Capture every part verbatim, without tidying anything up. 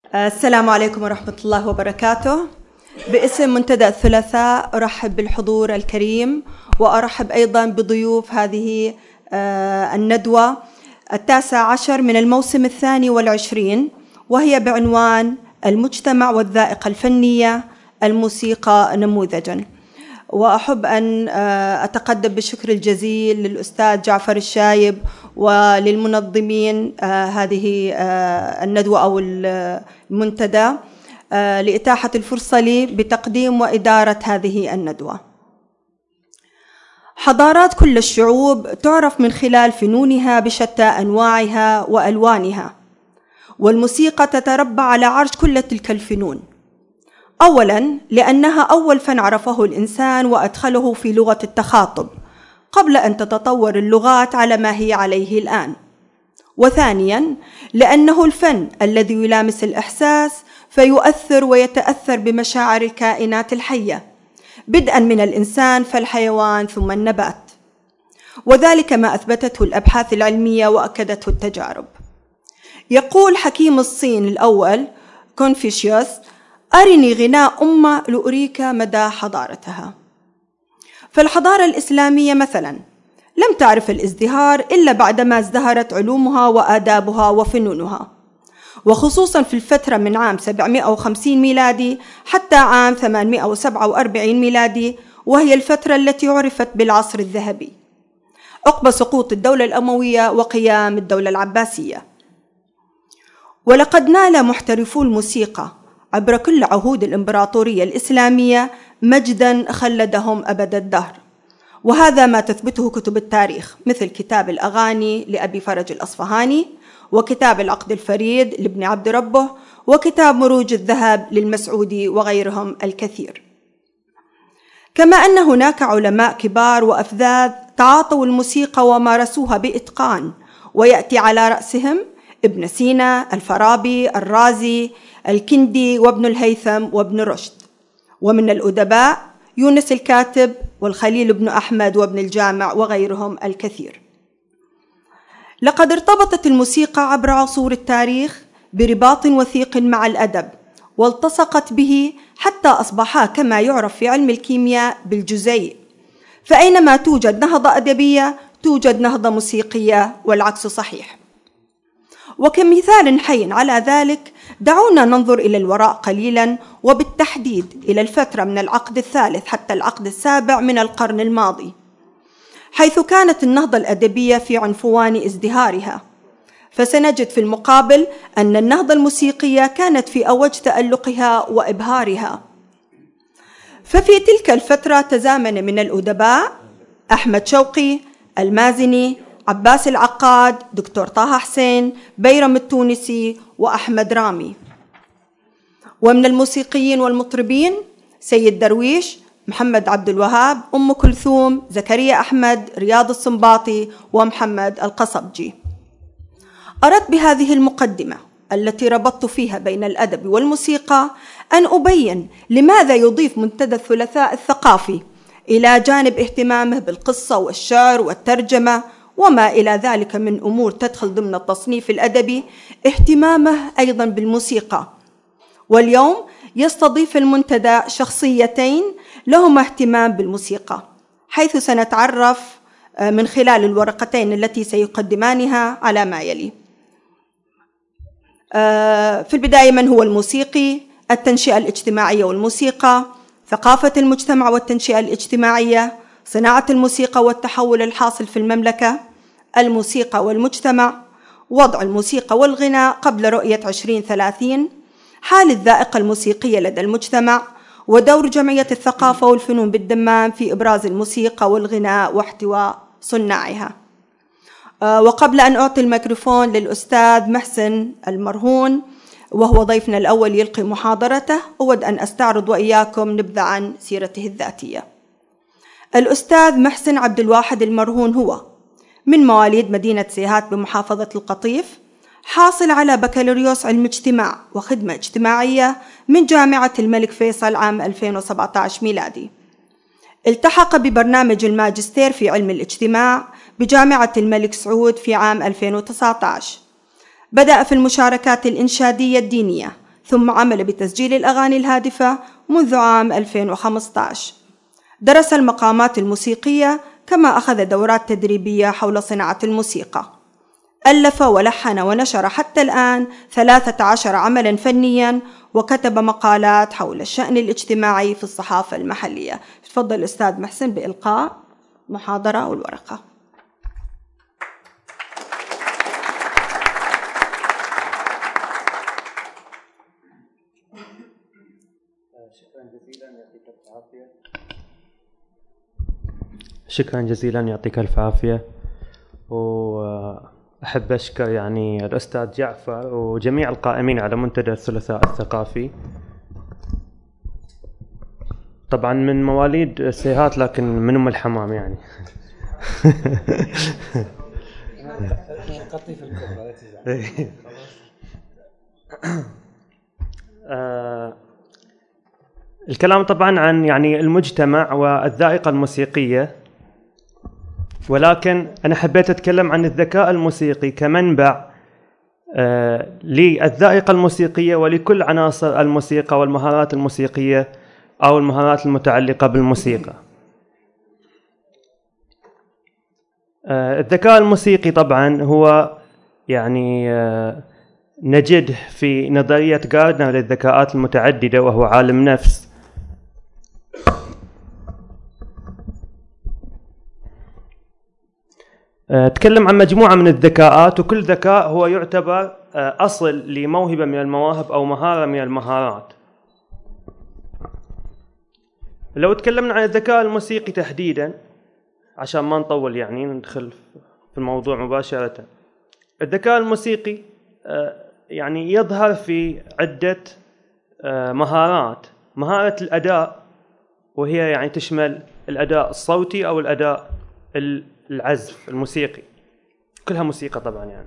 السلام عليكم ورحمة الله وبركاته. باسم منتدى الثلاثاء أرحب بالحضور الكريم، وأرحب أيضا بضيوف هذه الندوة التاسع عشر من الموسم الثاني والعشرين، وهي بعنوان المجتمع والذائقة الفنية، الموسيقى نموذجا. وأحب أن أتقدم بالشكر الجزيل للأستاذ جعفر الشايب وللمنظمين هذه الندوة أو المنتدى لإتاحة الفرصة لي بتقديم وإدارة هذه الندوة. حضارات كل الشعوب تعرف من خلال فنونها بشتى أنواعها وألوانها، والموسيقى تتربع على عرش كل تلك الفنون. أولاً لأنها أول فن عرفه الإنسان وأدخله في لغة التخاطب قبل أن تتطور اللغات على ما هي عليه الآن. وثانياً لأنه الفن الذي يلامس الإحساس فيؤثر ويتأثر بمشاعر الكائنات الحية، بدءاً من الإنسان فالحيوان ثم النبات، وذلك ما أثبتته الأبحاث العلمية وأكدته التجارب. يقول حكيم الصين الأول كونفوشيوس: أرني غناء أمة لأريك مدى حضارتها. فالحضارة الإسلامية مثلا لم تعرف الازدهار إلا بعدما ازدهرت علومها وآدابها وفنونها، وخصوصا في الفترة من عام سبعمائة وخمسين ميلادي حتى عام ثمانمائة وسبعة وأربعين ميلادي، وهي الفترة التي عرفت بالعصر الذهبي عقب سقوط الدولة الأموية وقيام الدولة العباسية. ولقد نال محترفو الموسيقى عبر كل عهود الإمبراطورية الإسلامية مجداً خلدهم أبد الدهر، وهذا ما تثبته كتب التاريخ مثل كتاب الأغاني لأبي فرج الأصفهاني، وكتاب العقد الفريد لابن عبد ربه، وكتاب مروج الذهب للمسعودي وغيرهم الكثير. كما أن هناك علماء كبار وأفذاذ تعاطوا الموسيقى ومارسوها بإتقان، ويأتي على رأسهم ابن سينا، الفارابي، الرازي، الكندي، وابن الهيثم، وابن رشد. ومن الأدباء يونس الكاتب، والخليل بن أحمد، وابن الجامع، وغيرهم الكثير. لقد ارتبطت الموسيقى عبر عصور التاريخ برباط وثيق مع الأدب، والتصقت به حتى أصبحا كما يعرف في علم الكيمياء بالجزيء، فأينما توجد نهضة أدبية توجد نهضة موسيقية، والعكس صحيح. وكمثال حي على ذلك دعونا ننظر إلى الوراء قليلا، وبالتحديد إلى الفترة من العقد الثالث حتى العقد السابع من القرن الماضي، حيث كانت النهضة الأدبية في عنفوان ازدهارها. فسنجد في المقابل أن النهضة الموسيقية كانت في أوج تألقها وإبهارها. ففي تلك الفترة تزامن من الأدباء أحمد شوقي، المازني، عباس العقاد، دكتور طه حسين، بيرم التونسي، وأحمد رامي. ومن الموسيقيين والمطربين سيد درويش، محمد عبد الوهاب، أم كلثوم، زكريا أحمد، رياض السنباطي، ومحمد القصبجي. أردت بهذه المقدمة التي ربطت فيها بين الأدب والموسيقى أن أبين لماذا يضيف منتدى الثلاثاء الثقافي إلى جانب اهتمامه بالقصة والشعر والترجمة وما إلى ذلك من أمور تدخل ضمن التصنيف الأدبي، اهتمامه أيضا بالموسيقى. واليوم يستضيف المنتدى شخصيتين لهما اهتمام بالموسيقى، حيث سنتعرف من خلال الورقتين التي سيقدمانها على ما يلي. في البداية، من هو الموسيقي؟ التنشئة الاجتماعية والموسيقى، ثقافة المجتمع والتنشئة الاجتماعية، صناعة الموسيقى والتحول الحاصل في المملكة، الموسيقى والمجتمع، وضع الموسيقى والغناء قبل رؤية عشرين ثلاثين، حال الذائقة الموسيقية لدى المجتمع، ودور جمعية الثقافة والفنون بالدمام في إبراز الموسيقى والغناء واحتواء صناعها. وقبل أن أعطي الميكروفون للأستاذ محسن المرهون وهو ضيفنا الأول يلقي محاضرته، أود أن أستعرض وإياكم نبذة عن سيرته الذاتية. الأستاذ محسن عبد الواحد المرهون هو من مواليد مدينة سيهات بمحافظة القطيف، حاصل على بكالوريوس علم اجتماع وخدمة اجتماعية من جامعة الملك فيصل عام ألفين وسبعة عشر ميلادي. التحق ببرنامج الماجستير في علم الاجتماع بجامعة الملك سعود في عام ألفين وتسعة عشر. بدأ في المشاركات الإنشادية الدينية، ثم عمل بتسجيل الأغاني الهادفة منذ عام ألفين وخمسة عشر. درس المقامات الموسيقية كما أخذ دورات تدريبية حول صناعة الموسيقى. ألف ولحن ونشر حتى الآن ثلاثة عشر عملاً فنياً، وكتب مقالات حول الشأن الاجتماعي في الصحافة المحلية. تفضل الأستاذ محسن بإلقاء محاضرة والورقة. شكرا جزيلا يعطيك الف عافية. شكرا جزيلا يعطيك الف عافية. وأحب أشكر يعني الأستاذ جعفر وجميع القائمين على منتدى الثلاثاء الثقافي. طبعا من مواليد سيهات لكن من أم الحمام يعني. الكلام طبعا عن يعني المجتمع والذائقة الموسيقية، ولكن أنا حبيت أتكلم عن الذكاء الموسيقي كمنبع آه للذائقة الموسيقية ولكل عناصر الموسيقى والمهارات الموسيقية أو المهارات المتعلقة بالموسيقى. آه الذكاء الموسيقي طبعا هو يعني آه نجد في نظرية غاردنر للذكاءات المتعددة، وهو عالم نفس. تكلم عن مجموعة من الذكاءات، وكل ذكاء هو يعتبر أصل لموهبة من المواهب أو مهارة من المهارات. لو تكلمنا عن الذكاء الموسيقي تحديدا عشان ما نطول يعني ندخل في الموضوع مباشرة. الذكاء الموسيقي يعني يظهر في عدة مهارات. مهارة الأداء، وهي يعني تشمل الأداء الصوتي أو الأداء العزف الموسيقي، كلها موسيقى طبعا يعني.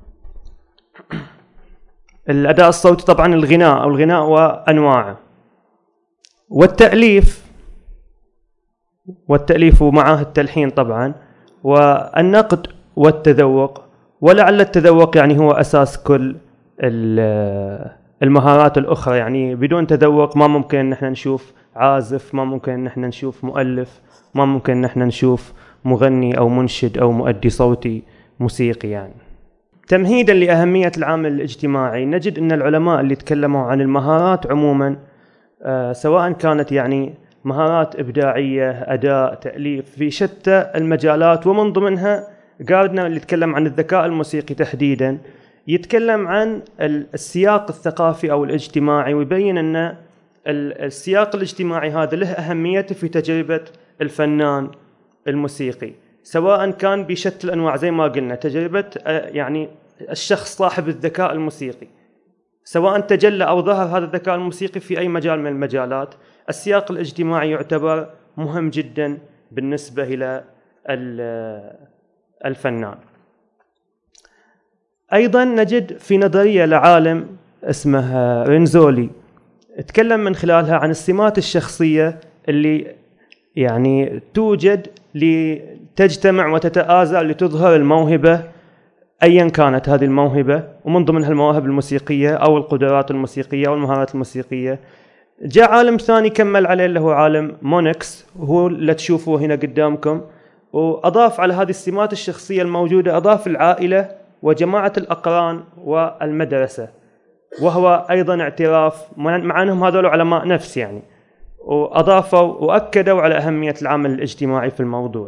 الأداء الصوتي طبعا الغناء أو الغناء وأنواعه، والتأليف والتأليف ومعه التلحين طبعا، والنقد والتذوق. ولعل التذوق يعني هو أساس كل المهارات الأخرى، يعني بدون تذوق ما ممكن ان احنا نشوف عازف، ما ممكن ان احنا نشوف مؤلف، ما ممكن ان احنا نشوف مغني أو منشد أو مؤدي صوتي موسيقي يعني. تمهيدا لأهمية العامل الاجتماعي، نجد أن العلماء اللي تكلموا عن المهارات عموما آه سواء كانت يعني مهارات إبداعية، أداء، تأليف، في شتى المجالات، ومن ضمنها غاردنر اللي يتكلم عن الذكاء الموسيقي تحديدا يتكلم عن السياق الثقافي أو الاجتماعي، ويبين أن السياق الاجتماعي هذا له أهميته في تجربة الفنان الموسيقي، سواء كان بشتى الأنواع زي ما قلنا، تجربة يعني الشخص صاحب الذكاء الموسيقي، سواء تجلى أو ظهر هذا الذكاء الموسيقي في أي مجال من المجالات. السياق الاجتماعي يعتبر مهم جدا بالنسبة إلى الفنان. أيضا نجد في نظرية لعالم اسمه رينزولي اتكلم من خلالها عن السمات الشخصية اللي يعني توجد لتجتمع وتتآزر لتظهر الموهبة أيا كانت هذه الموهبة، ومن ضمنها المواهب الموسيقية أو القدرات الموسيقية أو المهارات الموسيقية. جاء عالم ثاني كمل عليه اللي هو عالم مونكس، وهو اللي تشوفوه هنا قدامكم، وأضاف على هذه السمات الشخصية الموجودة أضاف العائلة وجماعة الأقران والمدرسة، وهو أيضا اعتراف مع أنهم هذول علماء نفس يعني، وأضافوا وأكدوا على أهمية العامل الاجتماعي في الموضوع.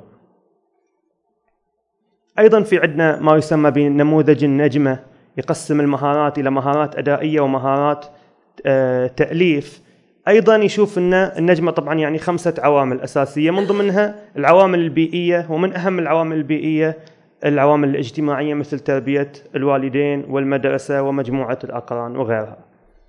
أيضا في عندنا ما يسمى بنموذج النجمة، يقسم المهارات إلى مهارات أدائية ومهارات تأليف. أيضا يشوف أن النجمة طبعا يعني خمسة عوامل أساسية، من ضمنها العوامل البيئية، ومن أهم العوامل البيئية العوامل الاجتماعية مثل تربية الوالدين والمدرسة ومجموعة الأقران وغيرها.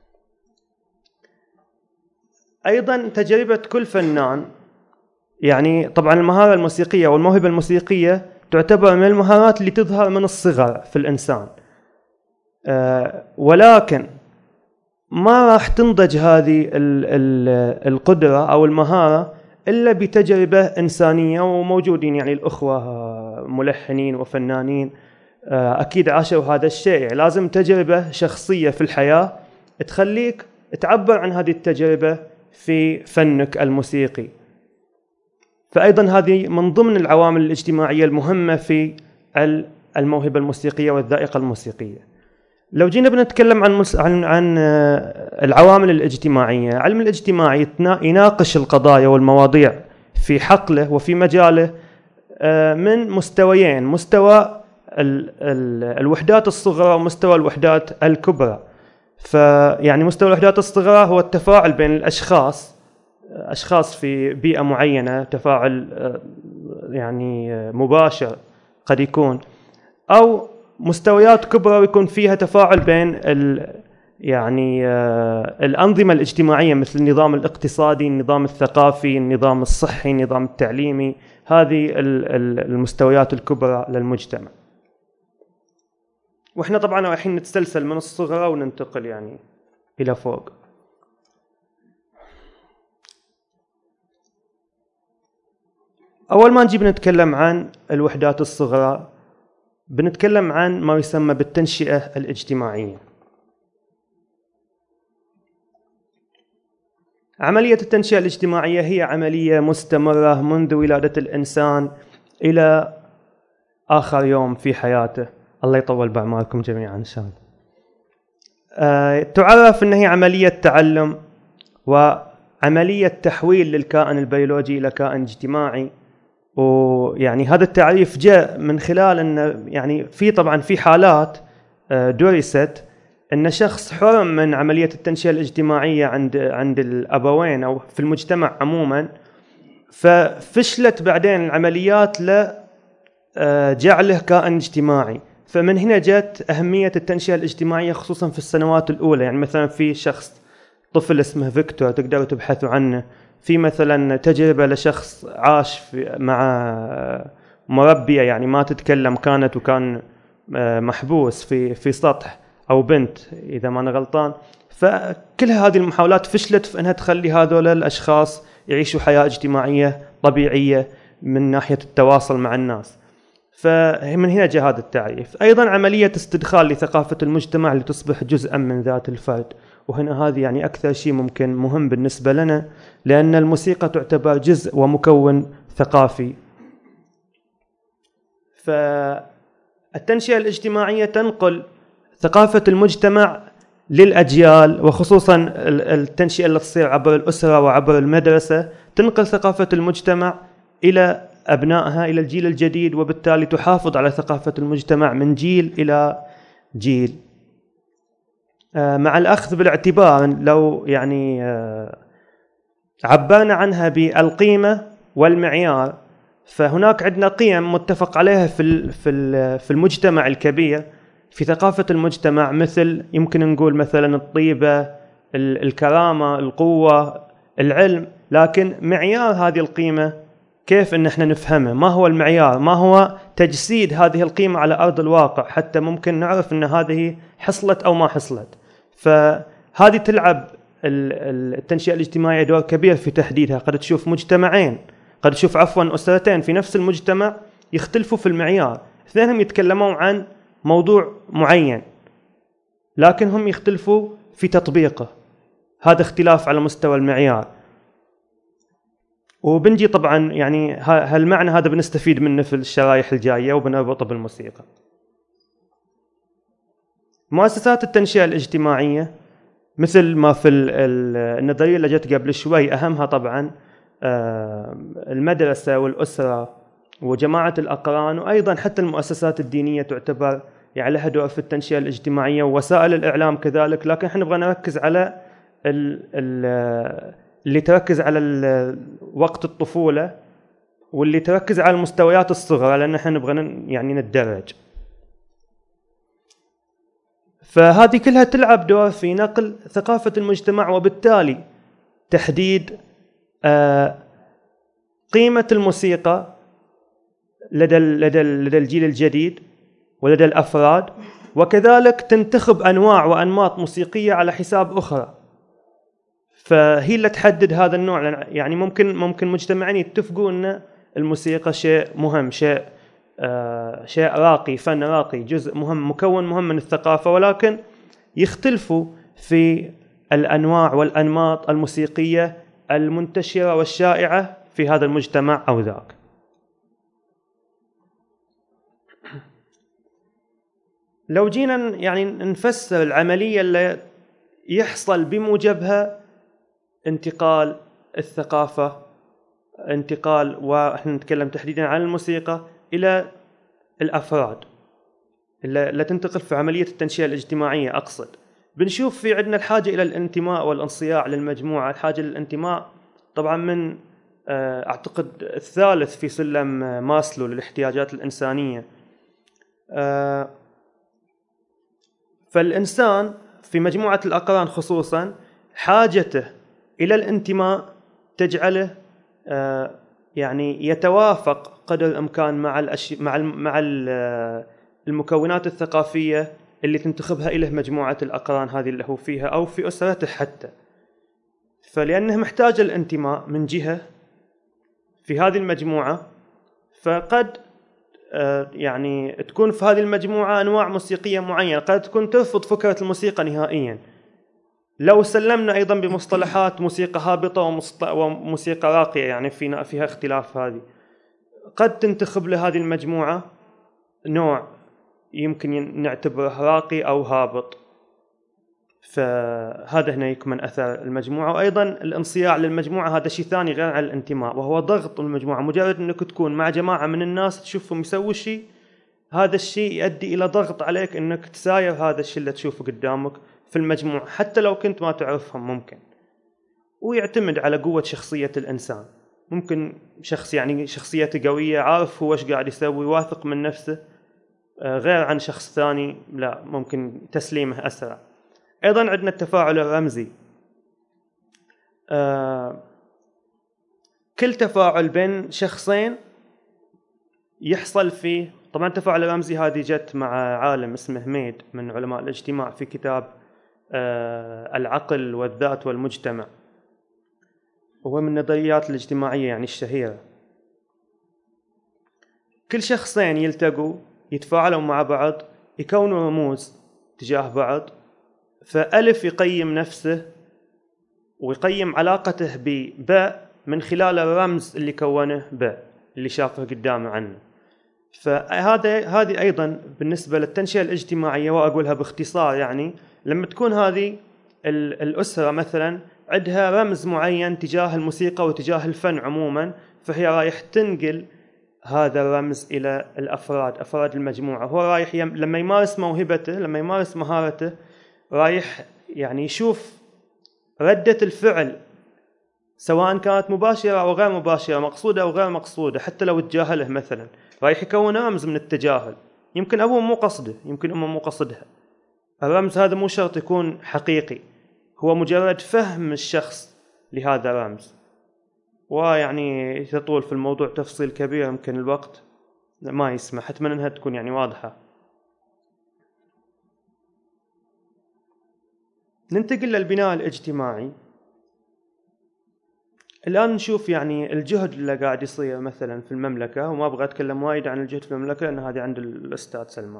أيضا تجربة كل فنان، يعني طبعا المهارة الموسيقية والموهبة الموسيقية تعتبر من المهارات اللي تظهر من الصغر في الإنسان، أه ولكن ما راح تنضج هذه ال ال القدرة أو المهارة إلا بتجربة إنسانية. وموجودين يعني الأخوة ملحنين وفنانين أكيد عاشوا هذا الشيء، يعني لازم تجربة شخصية في الحياة تخليك تعبر عن هذه التجربة في فنك الموسيقي. فأيضا هذه من ضمن العوامل الاجتماعية المهمة في الموهبة الموسيقية والذائقة الموسيقية. لو جينا بنتكلم عن عن عن العوامل الاجتماعية، علم الاجتماعي يناقش القضايا والمواضيع في حقله وفي مجاله من مستويين، مستوى ال ال الوحدات الصغرى ومستوى الوحدات الكبرى. فيعني مستوى الوحدات الصغرى هو التفاعل بين الأشخاص أشخاص في بيئة معينة، تفاعل يعني مباشر قد يكون، أو مستويات كبرى ويكون فيها تفاعل بين ال يعني الأنظمة الاجتماعية مثل النظام الاقتصادي، النظام الثقافي، النظام الصحي، النظام التعليمي. هذه المستويات الكبرى للمجتمع. وإحنا طبعا رايحين نتسلسل من الصغرى وننتقل يعني إلى فوق. أول ما نجي بنتكلم عن الوحدات الصغرى بنتكلم عن ما يسمى بالتنشئة الاجتماعية. عملية التنشئة الاجتماعية هي عملية مستمرة منذ ولادة الإنسان إلى آخر يوم في حياته. الله يطول بأعماركم جميعا إن شاء الله. أه تعرف أنها هي عملية تعلم وعملية تحويل للكائن البيولوجي إلى كائن اجتماعي. ويعني هذا التعريف جاء من خلال أن يعني في طبعا في حالات درست أن شخص حرم من عملية التنشئة الاجتماعية عند عند الأبوين أو في المجتمع عموما، ففشلت بعدين العمليات لجعله كائن اجتماعي. فمن هنا جت أهمية التنشئة الاجتماعية خصوصا في السنوات الأولى. يعني مثلا في شخص طفل اسمه فيكتور تقدروا تبحثوا عنه، في مثلا تجربة لشخص عاش في مع مربية يعني ما تتكلم كانت، وكان محبوس في في سطح، أو بنت إذا ما أنا غلطان. فكل هذه المحاولات فشلت في أنها تخلي هذول الأشخاص يعيشوا حياة اجتماعية طبيعية من ناحية التواصل مع الناس. فمن هنا جاء هذا التعريف. أيضا عملية استدخال لثقافة المجتمع لتصبح جزءا من ذات الفرد. وهنا هذه يعني أكثر شيء ممكن مهم بالنسبة لنا، لأن الموسيقى تعتبر جزء ومكون ثقافي. فالتنشئة الاجتماعية تنقل ثقافة المجتمع للأجيال، وخصوصا التنشئة اللي تصير عبر الأسرة وعبر المدرسة تنقل ثقافة المجتمع إلى أبنائها، إلى الجيل الجديد، وبالتالي تحافظ على ثقافة المجتمع من جيل إلى جيل. مع الأخذ بالاعتبار لو يعني عبرنا عنها بالقيمة والمعيار، فهناك عندنا قيم متفق عليها في في المجتمع الكبير، في ثقافة المجتمع، مثل يمكن نقول مثلا الطيبة، الكرامة، القوة، العلم. لكن معيار هذه القيمة كيف ان احنا نفهمه؟ ما هو المعيار؟ ما هو تجسيد هذه القيمة على أرض الواقع حتى ممكن نعرف ان هذه حصلت أو ما حصلت. فهذه تلعب التنشئة الاجتماعية دور كبير في تحديدها. قد تشوف مجتمعين، قد تشوف عفوا أسرتين في نفس المجتمع يختلفوا في المعيار، اثنينهم يتكلمون عن موضوع معين لكن هم يختلفوا في تطبيقه. هذا اختلاف على مستوى المعيار. وبنجي طبعا يعني هالمعنى هذا بنستفيد منه في الشرايح الجاية وبنربطه بالموسيقى. مؤسسات التنشئة الاجتماعية مثل ما في النظرية اللي جت قبل شوي، أهمها طبعا المدرسة والأسرة وجماعة الأقران، وأيضا حتى المؤسسات الدينية تعتبر يعني لها دور في التنشئة الاجتماعية، ووسائل الإعلام كذلك. لكن احنا نبغى نركز على اللي تركز على وقت الطفولة، واللي تركز على المستويات الصغرى، لأن احنا نبغى يعني نتدرج. فهذه كلها تلعب دور في نقل ثقافة المجتمع، وبالتالي تحديد قيمة الموسيقى لدى لدى لدى الجيل الجديد ولدى الأفراد، وكذلك تنتخب أنواع وأنماط موسيقية على حساب أخرى. فهي اللي تحدد هذا النوع. يعني ممكن ممكن مجتمعين يتفقوا أن الموسيقى شيء مهم، شيء آه شيء راقي، فن راقي، جزء مهم، مكون مهم من الثقافة، ولكن يختلفوا في الأنواع والأنماط الموسيقية المنتشرة والشائعة في هذا المجتمع أو ذاك. لو جينا يعني نفسر العملية اللي يحصل بموجبها انتقال الثقافة، انتقال، وإحنا نتكلم تحديدا عن الموسيقى، إلى الأفراد اللي تنتقل في عملية التنشئة الاجتماعية. أقصد بنشوف في عندنا الحاجة إلى الانتماء والانصياع للمجموعة. الحاجة للانتماء طبعا من أعتقد الثالث في سلم ماسلو للاحتياجات الإنسانية. فالإنسان في مجموعة الأقران خصوصا حاجته إلى الانتماء تجعله يعني يتوافق قدر الإمكان مع الأشي مع مع المكونات الثقافية اللي تنتخبها إليه مجموعة الأقران هذه اللي هو فيها أو في أسرته حتى. فلأنه محتاج الانتماء من جهة في هذه المجموعة، فقد يعني تكون في هذه المجموعة أنواع موسيقية معينة قد تكون ترفض فكرة الموسيقى نهائيا. لو سلمنا أيضا بمصطلحات موسيقى هابطة وموسيقى راقية، يعني فينا فيها اختلاف، هذه قد تنتخب لهذه المجموعة نوع يمكن نعتبره راقي أو هابط. فهذا هنا يكمن أثر المجموعة. وأيضا الانصياع للمجموعة هذا شيء ثاني غير عن الانتماء، وهو ضغط المجموعة. مجرد أنك تكون مع جماعة من الناس تشوفهم يسوي شيء، هذا الشيء يؤدي إلى ضغط عليك أنك تساير هذا الشيء اللي تشوفه قدامك في المجموعة حتى لو كنت ما تعرفهم ممكن. ويعتمد على قوة شخصية الإنسان. ممكن شخص يعني شخصيته قوية، عارف هو ايش قاعد يسوي، واثق من نفسه، غير عن شخص ثاني لا، ممكن تسليمه أسرع. أيضا عندنا التفاعل الرمزي. آه كل تفاعل بين شخصين يحصل فيه، طبعا التفاعل الرمزي هذه جت مع عالم اسمه ميد من علماء الاجتماع في كتاب آه العقل والذات والمجتمع، وهو من النظريات الاجتماعية يعني الشهيرة. كل شخصين يلتقوا يتفاعلوا مع بعض يكونوا رموز تجاه بعض، فألف يقيم نفسه ويقيم علاقته بباء من خلال الرمز اللي كونه باء اللي شافه قدامه عنه. فهذا هذه أيضا بالنسبة للتنشئة الاجتماعية، وأقولها باختصار، يعني لما تكون هذه الأسرة مثلا عندها رمز معين تجاه الموسيقى وتجاه الفن عموما، فهي رايح تنقل هذا الرمز إلى الأفراد أفراد المجموعة. هو رايح يم... لما يمارس موهبته، لما يمارس مهارته، رايح يعني يشوف ردة الفعل سواء كانت مباشرة أو غير مباشرة، مقصودة أو غير مقصودة، حتى لو تجاهله مثلا رايح يكون رمز من التجاهل. يمكن أبوه مو قصده، يمكن أمه مو قصدها. الرمز هذا مو شرط يكون حقيقي، هو مجرد فهم الشخص لهذا الرمز. ويعني تطول في الموضوع تفصيل كبير، يمكن الوقت ما يسمح، أتمنى أنها تكون يعني واضحة. ننتقل للبناء الاجتماعي. الآن نشوف يعني الجهد اللي قاعد يصير مثلا في المملكة، وما أبغى أتكلم وايد عن الجهد في المملكة لأن هذه عند الأستاذ سلمان.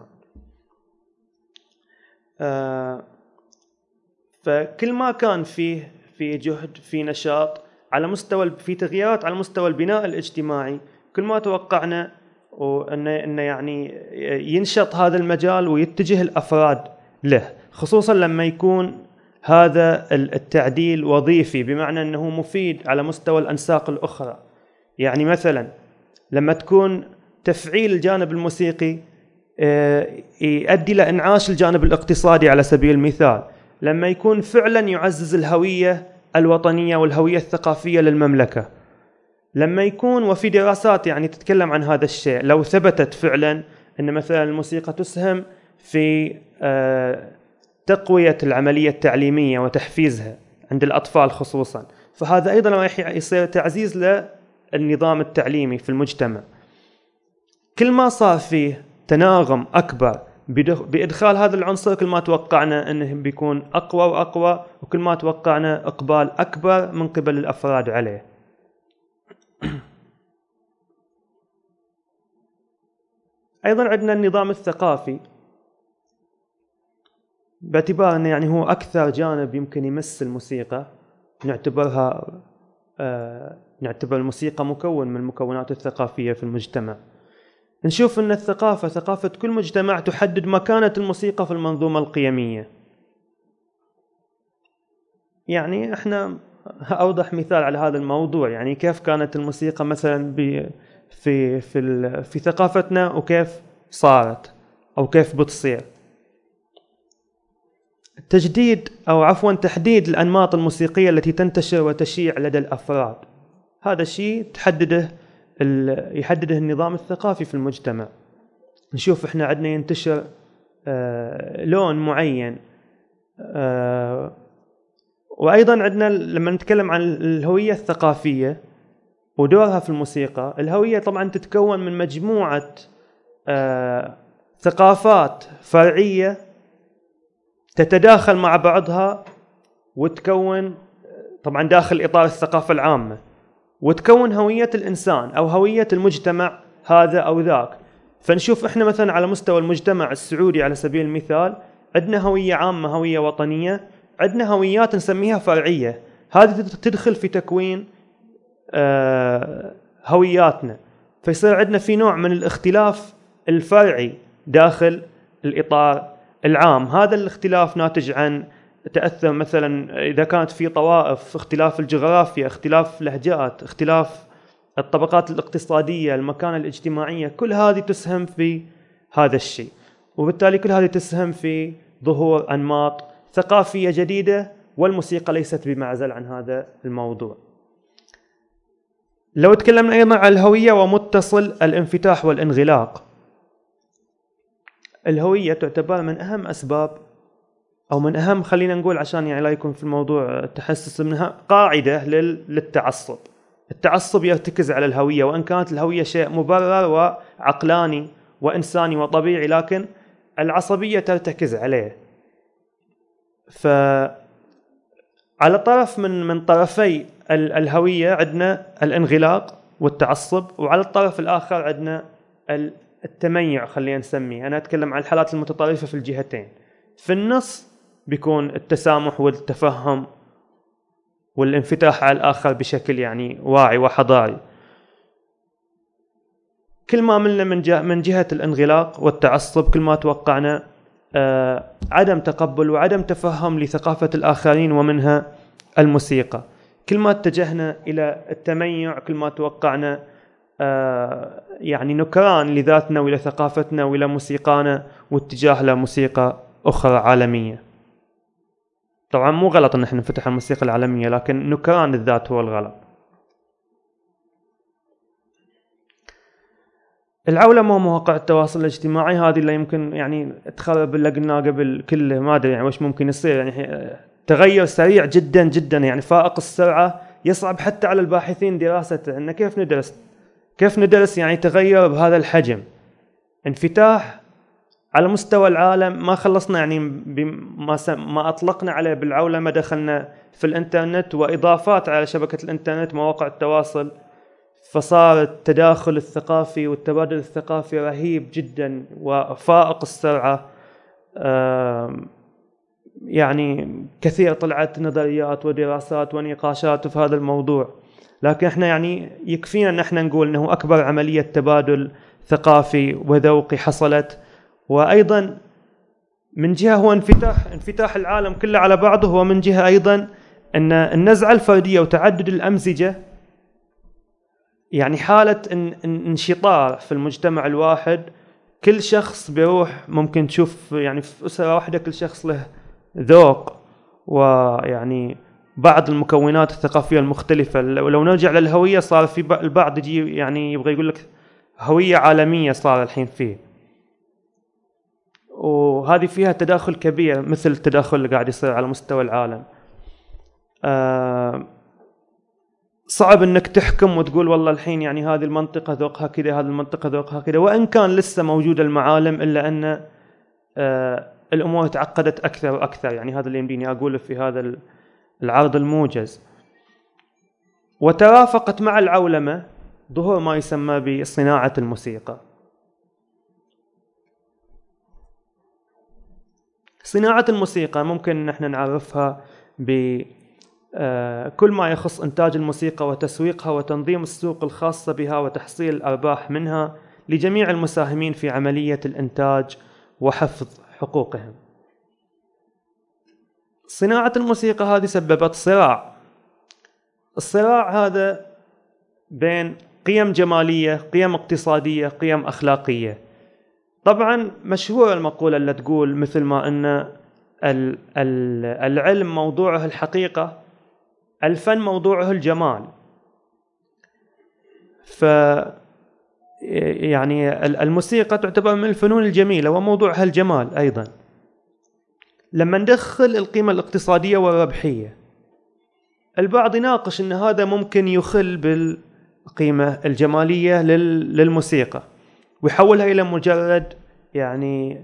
آه فكل ما كان فيه في جهد، في نشاط على مستوى، في تغييرات على مستوى البناء الاجتماعي، كل ما توقعنا وأنه إنه يعني ينشط هذا المجال ويتجه الأفراد له، خصوصا لما يكون هذا التعديل وظيفي، بمعنى أنه مفيد على مستوى الأنساق الأخرى. يعني مثلا لما تكون تفعيل الجانب الموسيقي يؤدي لإنعاش الجانب الاقتصادي على سبيل المثال، لما يكون فعلا يعزز الهوية الوطنية والهوية الثقافية للمملكة، لما يكون، وفي دراسات يعني تتكلم عن هذا الشيء، لو ثبتت فعلا أن مثلا الموسيقى تسهم في تقوية العملية التعليمية وتحفيزها عند الأطفال خصوصا، فهذا أيضا راح يصير تعزيز للنظام التعليمي في المجتمع. كل ما صار فيه تناغم أكبر بإدخال هذا العنصر، كل ما توقعنا أنه بيكون أقوى وأقوى، وكل ما توقعنا إقبال أكبر من قبل الأفراد عليه. أيضا عندنا النظام الثقافي. باعتبار أنه يعني هو أكثر جانب يمكن يمس الموسيقى، نعتبرها آه نعتبر الموسيقى مكون من المكونات الثقافية في المجتمع. نشوف أن الثقافة ثقافة كل مجتمع تحدد مكانة الموسيقى في المنظومة القيمية. يعني احنا أوضح مثال على هذا الموضوع، يعني كيف كانت الموسيقى مثلا في في في ثقافتنا وكيف صارت أو كيف بتصير. تجديد أو عفوا تحديد الأنماط الموسيقية التي تنتشر وتشيع لدى الأفراد، هذا الشيء تحدده يحدده النظام الثقافي في المجتمع. نشوف احنا عندنا ينتشر آه لون معين، آه وأيضا عندنا لما نتكلم عن الهوية الثقافية ودورها في الموسيقى، الهوية طبعا تتكون من مجموعة آه ثقافات فرعية تتداخل مع بعضها وتكون طبعا داخل إطار الثقافة العامة، وتكون هوية الإنسان أو هوية المجتمع هذا أو ذاك. فنشوف إحنا مثلا على مستوى المجتمع السعودي على سبيل المثال عندنا هوية عامة، هوية وطنية، عندنا هويات نسميها فرعية، هذه تدخل في تكوين آه هوياتنا. فيصير عندنا في نوع من الاختلاف الفرعي داخل الإطار العام. هذا الاختلاف ناتج عن تأثر مثلا إذا كانت في طوائف، اختلاف الجغرافيا، اختلاف لهجات، اختلاف الطبقات الاقتصادية، المكانة الاجتماعية، كل هذه تسهم في هذا الشيء، وبالتالي كل هذه تسهم في ظهور أنماط ثقافية جديدة، والموسيقى ليست بمعزل عن هذا الموضوع. لو تكلمنا أيضا عن الهوية ومتصل الانفتاح والانغلاق، الهوية تعتبر من أهم أسباب أو من أهم خلينا نقول عشان يعني لا يكون في الموضوع تحسس منها قاعدة للتعصب. التعصب يرتكز على الهوية، وإن كانت الهوية شيء مبرر وعقلاني وإنساني وطبيعي، لكن العصبية ترتكز عليه. فعلى طرف من من طرفي الهوية عندنا الانغلاق والتعصب، وعلى الطرف الآخر عندنا التميع خلينا نسميه. أنا أتكلم عن الحالات المتطرفة في الجهتين. في النص بيكون التسامح والتفهم والانفتاح على الآخر بشكل يعني واعي وحضاري. كل ما ملنا من جهة, من جهة الانغلاق والتعصب، كل ما توقعنا آه عدم تقبل وعدم تفهم لثقافة الآخرين ومنها الموسيقى. كل ما اتجهنا إلى التميع، كل ما توقعنا آه يعني نكران لذاتنا وإلى ثقافتنا وإلى موسيقانا واتجاه لموسيقى أخرى عالمية. طبعا مو غلط أن احنا نفتح الموسيقى العالمية، لكن نكران الذات هو الغلط. العولمة ومواقع التواصل الاجتماعي هذه اللي يمكن يعني تخرب اللي قلناه قبل كله، ما أدري يعني وش ممكن يصير. يعني تغير سريع جدا جدا، يعني فائق السرعة، يصعب حتى على الباحثين دراسته. إن كيف ندرس كيف ندرس يعني تغير بهذا الحجم، انفتاح على مستوى العالم. ما خلصنا يعني بما ما أطلقنا عليه بالعولمة، دخلنا في الإنترنت وإضافات على شبكة الإنترنت، مواقع التواصل، فصار التداخل الثقافي والتبادل الثقافي رهيب جدا وفائق السرعة. يعني كثير طلعت نظريات ودراسات ونقاشات في هذا الموضوع، لكن احنا يعني يكفينا ان احنا نقول انه اكبر عملية تبادل ثقافي وذوقي حصلت. وايضا من جهة هو انفتاح انفتاح العالم كله على بعضه، ومن جهة ايضا ان النزعة الفردية وتعدد الامزجة، يعني حالة انشطار في المجتمع الواحد. كل شخص بيروح ممكن تشوف يعني في أسرة واحدة كل شخص له ذوق ويعني بعض المكونات الثقافية المختلفة. ولو نرجع للهوية، صار في البعض يجي يعني يبغى يقول لك هوية عالمية صار الحين فيه، وهذه فيها تداخل كبير مثل التداخل اللي قاعد يصير على مستوى العالم. آه صعب انك تحكم وتقول والله الحين يعني هذه المنطقة ذوقها كذا، هذه المنطقة ذوقها كذا، وان كان لسه موجودة المعالم، الا ان آه الامور تعقدت اكثر واكثر. يعني هذا اللي يمديني اقوله في هذا العرض الموجز. وترافقت مع العولمة ظهور ما يسمى بصناعة الموسيقى. صناعة الموسيقى ممكن نحن نعرفها بكل ما يخص إنتاج الموسيقى وتسويقها وتنظيم السوق الخاصة بها وتحصيل الأرباح منها لجميع المساهمين في عملية الإنتاج وحفظ حقوقهم. صناعة الموسيقى هذه سببت صراع. الصراع هذا بين قيم جمالية، قيم اقتصادية، قيم أخلاقية. طبعا مشهورة المقولة اللي تقول مثل ما أن العلم موضوعه الحقيقة، الفن موضوعه الجمال. ف يعني الموسيقى تعتبر من الفنون الجميلة وموضوعها الجمال أيضا. لما ندخل القيمة الاقتصادية والربحية، البعض يناقش أن هذا ممكن يخل بالقيمة الجمالية للموسيقى ويحولها إلى مجرد يعني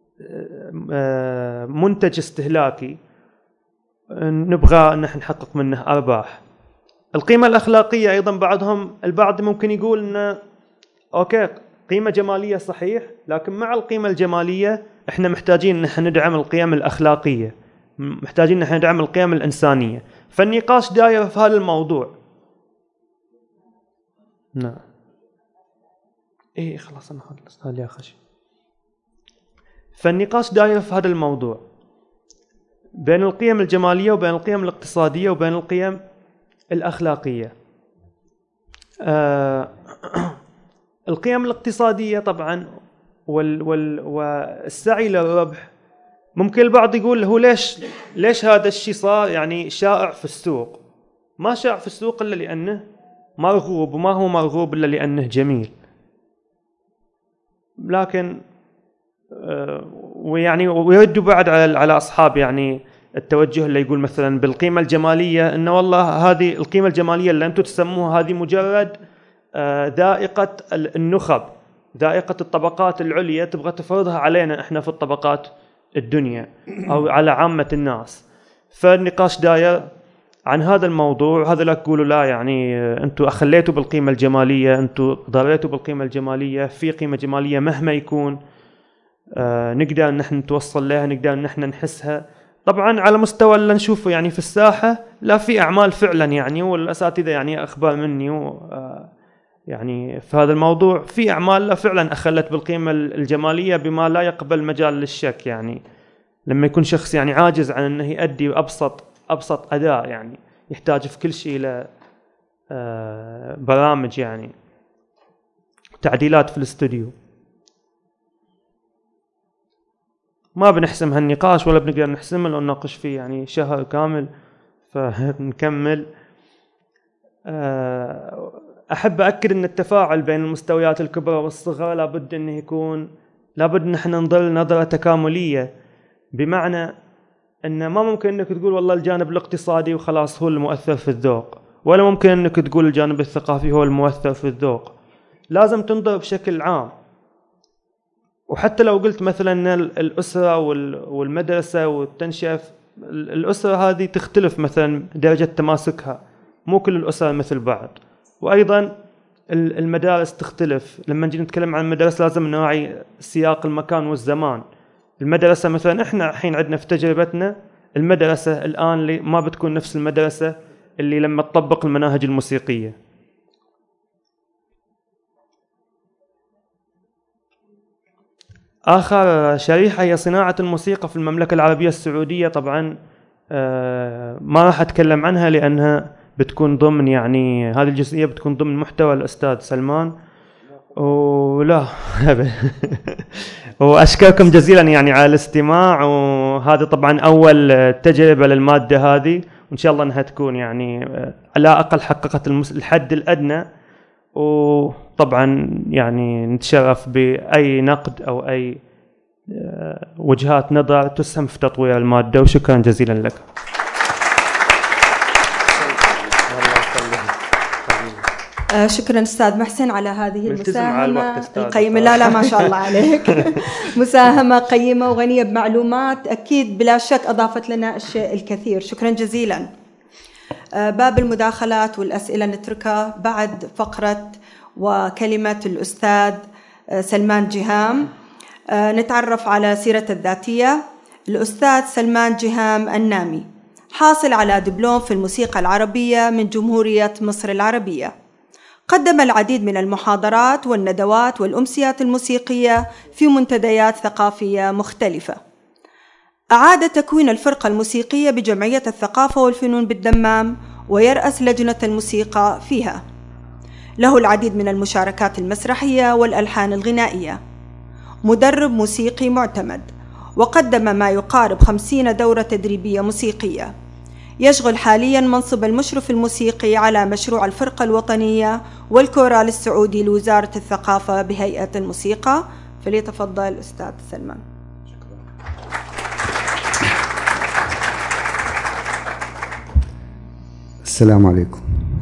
منتج استهلاكي نبغى أن نحن نحقق منه أرباح. القيمة الأخلاقية أيضا بعضهم البعض ممكن يقول أن أوكي قيمة جمالية صحيح، لكن مع القيمة الجمالية إحنا محتاجين نحن ندعم القيم الأخلاقية، محتاجين نحن ندعم القيم الإنسانية. فالنقاش داير في هذا الموضوع. نعم إيه خلاص أنا خلص هذا خشي. فالنقاش داير في هذا الموضوع بين القيم الجمالية وبين القيم الاقتصادية وبين القيم الأخلاقية. آه القيم الاقتصادية طبعا وال وال والسعي للربح، ممكن البعض يقول هو ليش ليش هذا الشيء صار يعني شائع في السوق؟ ما شائع في السوق إلا لأنه مرغوب، وما هو مرغوب إلا لأنه جميل. لكن آه ويعني ويردوا بعد على على أصحاب يعني التوجه اللي يقول مثلا بالقيمة الجمالية إنه والله هذه القيمة الجمالية اللي أنتم تسموها هذه مجرد آه ذائقة النخب، ذائقة الطبقات العليا، تبغى تفرضها علينا إحنا في الطبقات الدنيا أو على عامة الناس. فالنقاش داير عن هذا الموضوع. هذا لا تقولوا لا يعني أنتوا أخليتوا بالقيمة الجمالية، أنتوا ضريتوا بالقيمة الجمالية. في قيمة جمالية مهما يكون آه نقدر نحن نتوصل لها، نقدر نحن نحسها. طبعا على مستوى اللي نشوفه يعني في الساحة لا، في أعمال فعلا يعني، والأساتذة يعني أخبار مني آه يعني في هذا الموضوع، في أعمال لا فعلا أخلت بالقيمة الجمالية بما لا يقبل مجال للشك. يعني لما يكون شخص يعني عاجز عن أنه يؤدي أبسط أبسط أداء، يعني يحتاج في كل شيء إلى آه برامج يعني تعديلات في الاستوديو. ما بنحسم هالنقاش ولا بنقدر نحسمه لو نناقش فيه يعني شهر كامل، فنكمل. آه أحب أكد أن التفاعل بين المستويات الكبرى والصغرى لابد أنه يكون، لابد نحن ننظر نظرة تكاملية، بمعنى أن ما ممكن أنك تقول والله الجانب الاقتصادي وخلاص هو المؤثر في الذوق، ولا ممكن أنك تقول الجانب الثقافي هو المؤثر في الذوق. لازم تنظر بشكل عام. وحتى لو قلت مثلا الأسرة والمدرسة والتنشئة، الأسرة هذه تختلف مثلا درجة تماسكها، مو كل الأسر مثل بعض. وأيضا المدارس تختلف. لما نجي نتكلم عن المدارس لازم نراعي سياق المكان والزمان. المدرسة مثلا إحنا الحين عندنا في تجربتنا المدرسة الآن اللي ما بتكون نفس المدرسة اللي لما تطبق المناهج الموسيقية. آخر شريحة هي صناعة الموسيقى في المملكة العربية السعودية. طبعا ما راح أتكلم عنها لأنها بتكون ضمن يعني هذه الجزئية بتكون ضمن محتوى الأستاذ سلمان. ولا وأشكركم جزيلا يعني على الاستماع. وهذا طبعا أول تجربة للمادة هذه، وإن شاء الله أنها تكون يعني على أقل حققت الحد الأدنى. وطبعا يعني نتشرف بأي نقد أو أي وجهات نظر تسهم في تطوير المادة. وشكرا جزيلا لك. شكرا أستاذ محسن على هذه المساهمة القيمة. لا لا ما شاء الله عليك. مساهمة قيمة وغنية بمعلومات، أكيد بلا شك أضافت لنا الشيء الكثير. شكرا جزيلا. باب المداخلات والأسئلة نتركها بعد فقرة وكلمة الأستاذ سلمان جهام. نتعرف على سيرة الذاتية الأستاذ سلمان جهام النامي، حاصل على دبلوم في الموسيقى العربية من جمهورية مصر العربية. قدم العديد من المحاضرات والندوات والأمسيات الموسيقية في منتديات ثقافية مختلفة. أعاد تكوين الفرقة الموسيقية بجمعية الثقافة والفنون بالدمام، ويرأس لجنة الموسيقى فيها. له العديد من المشاركات المسرحية والألحان الغنائية. مدرب موسيقي معتمد، وقدم ما يقارب خمسين دورة تدريبية موسيقية. يشغل حالياً منصب المشرف الموسيقي على مشروع الفرقة الوطنية والكورال السعودي لوزارة الثقافة بهيئة الموسيقى. فليتفضل أستاذ سلمان. السلام عليكم.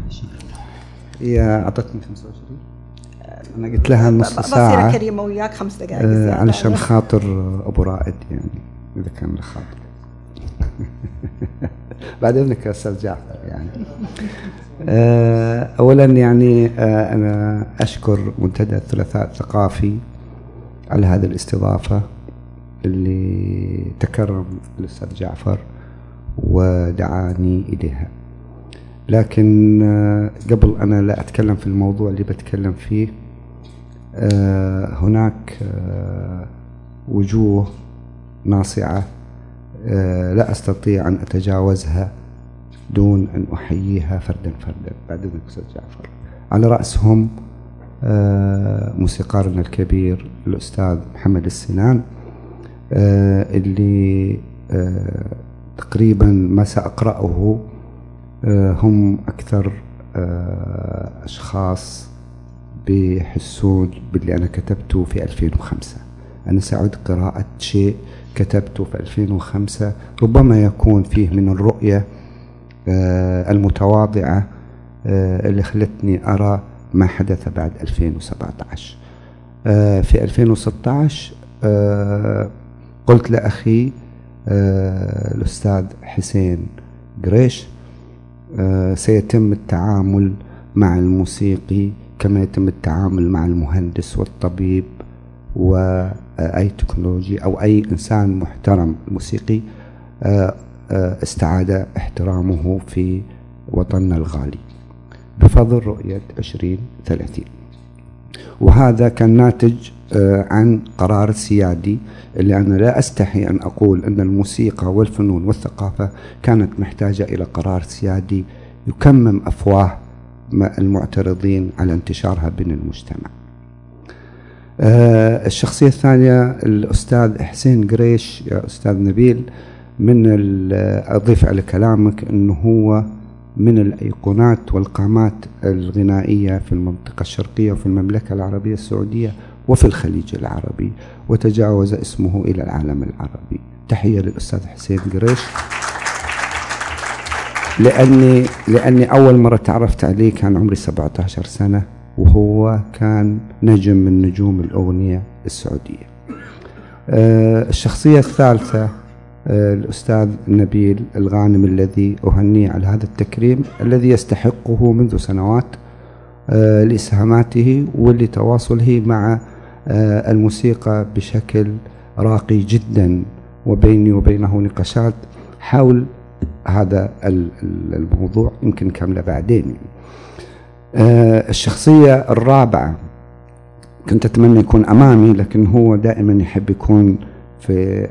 هي أعطتني خمسة وعشرين، أنا قلت لها نص ساعة. بصير كريمة وياك خمس دقائق آه علشان خاطر أبو رائد، يعني إذا كان له خاطر. بعد إذنك يا أستاذ جعفر. يعني آه أولا يعني آه أنا أشكر منتدى الثلاثاء الثقافي على هذه الاستضافة اللي تكرم الأستاذ جعفر ودعاني إليها. لكن قبل أنا لا أتكلم في الموضوع اللي بتكلم فيه، هناك وجوه ناصعة لا أستطيع أن أتجاوزها دون أن أحييها فردا فردا. بعد ذلك أستاذ جعفر، على رأسهم موسيقارنا الكبير الأستاذ محمد السنان، اللي تقريبا ما سأقرأه هم أكثر أشخاص بيحسون باللي أنا كتبته في ألفين وخمسة. أنا سأعد قراءة شيء كتبته في ألفين وخمسة، ربما يكون فيه من الرؤية المتواضعة اللي خلتني أرى ما حدث بعد ألفين وسبعة عشر. في ألفين وستة عشر قلت لأخي الأستاذ حسين قريش سيتم التعامل مع الموسيقي كما يتم التعامل مع المهندس والطبيب وأي تكنولوجي أو أي إنسان محترم. موسيقي استعاد احترامه في وطننا الغالي بفضل رؤية عشرين ثلاثين، وهذا كان ناتج عن قرار سيادي اللي أنا لا أستحي أن أقول أن الموسيقى والفنون والثقافة كانت محتاجة إلى قرار سيادي يكمم أفواه المعترضين على انتشارها بين المجتمع. الشخصية الثانية الأستاذ حسين قريش. يا أستاذ نبيل، من أضيف على كلامك أنه هو من الأيقونات والقامات الغنائية في المنطقة الشرقية وفي المملكة العربية السعودية وفي الخليج العربي، وتجاوز اسمه إلى العالم العربي. تحية للأستاذ حسين قريش، لأني لأني أول مرة تعرفت عليه كان عمري سبعة عشر سنة، وهو كان نجم من نجوم الأغنية السعودية. أه الشخصية الثالثة أه الأستاذ نبيل الغانم، الذي أهنيه على هذا التكريم الذي يستحقه منذ سنوات أه لإسهاماته ولتواصله مع أه الموسيقى بشكل راقي جدا، وبيني وبينه نقاشات حول هذا الموضوع يمكن كاملة بعدين. أه الشخصية الرابعة كنت أتمنى يكون أمامي، لكن هو دائما يحب يكون في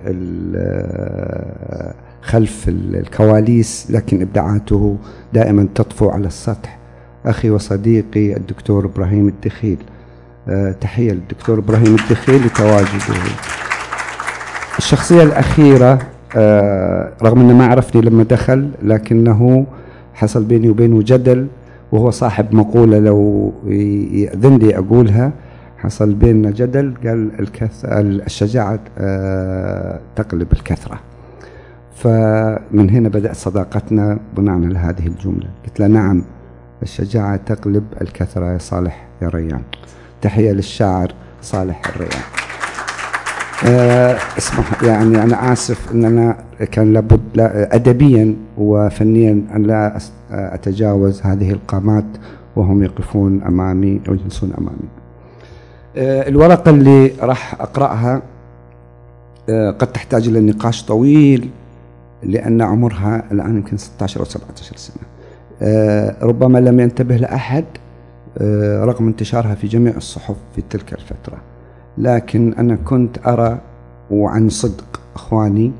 خلف الكواليس، لكن إبداعاته دائما تطفو على السطح. أخي وصديقي الدكتور إبراهيم الدخيل. أه تحية للدكتور إبراهيم الدخيل لتواجده. الشخصية الأخيرة أه رغم أنه ما عرفني لما دخل، لكنه حصل بيني وبينه جدل، وهو صاحب مقولة لو يأذن لي أقولها. حصل بيننا جدل، قال الكث... الشجاعة أه تقلب الكثرة. فمن هنا بدأت صداقتنا بناء على هذه الجملة. قلت له نعم، الشجاعة تقلب الكثرة يا صالح يا ريان. تحية للشاعر صالح الريان. أه اسمح، يعني أنا آسف أن أنا كان لابد لا أدبيا وفنيا أن لا أتجاوز هذه القامات وهم يقفون أمامي أو يجلسون أمامي. أه الورقة اللي راح أقرأها قد تحتاج إلى نقاش طويل لأن عمرها الآن يمكن ستة عشر أو سبعة عشر سنة. ربما لم ينتبه لأحد رغم انتشارها في جميع الصحف في تلك الفترة، لكن أنا كنت أرى وعن صدق أخواني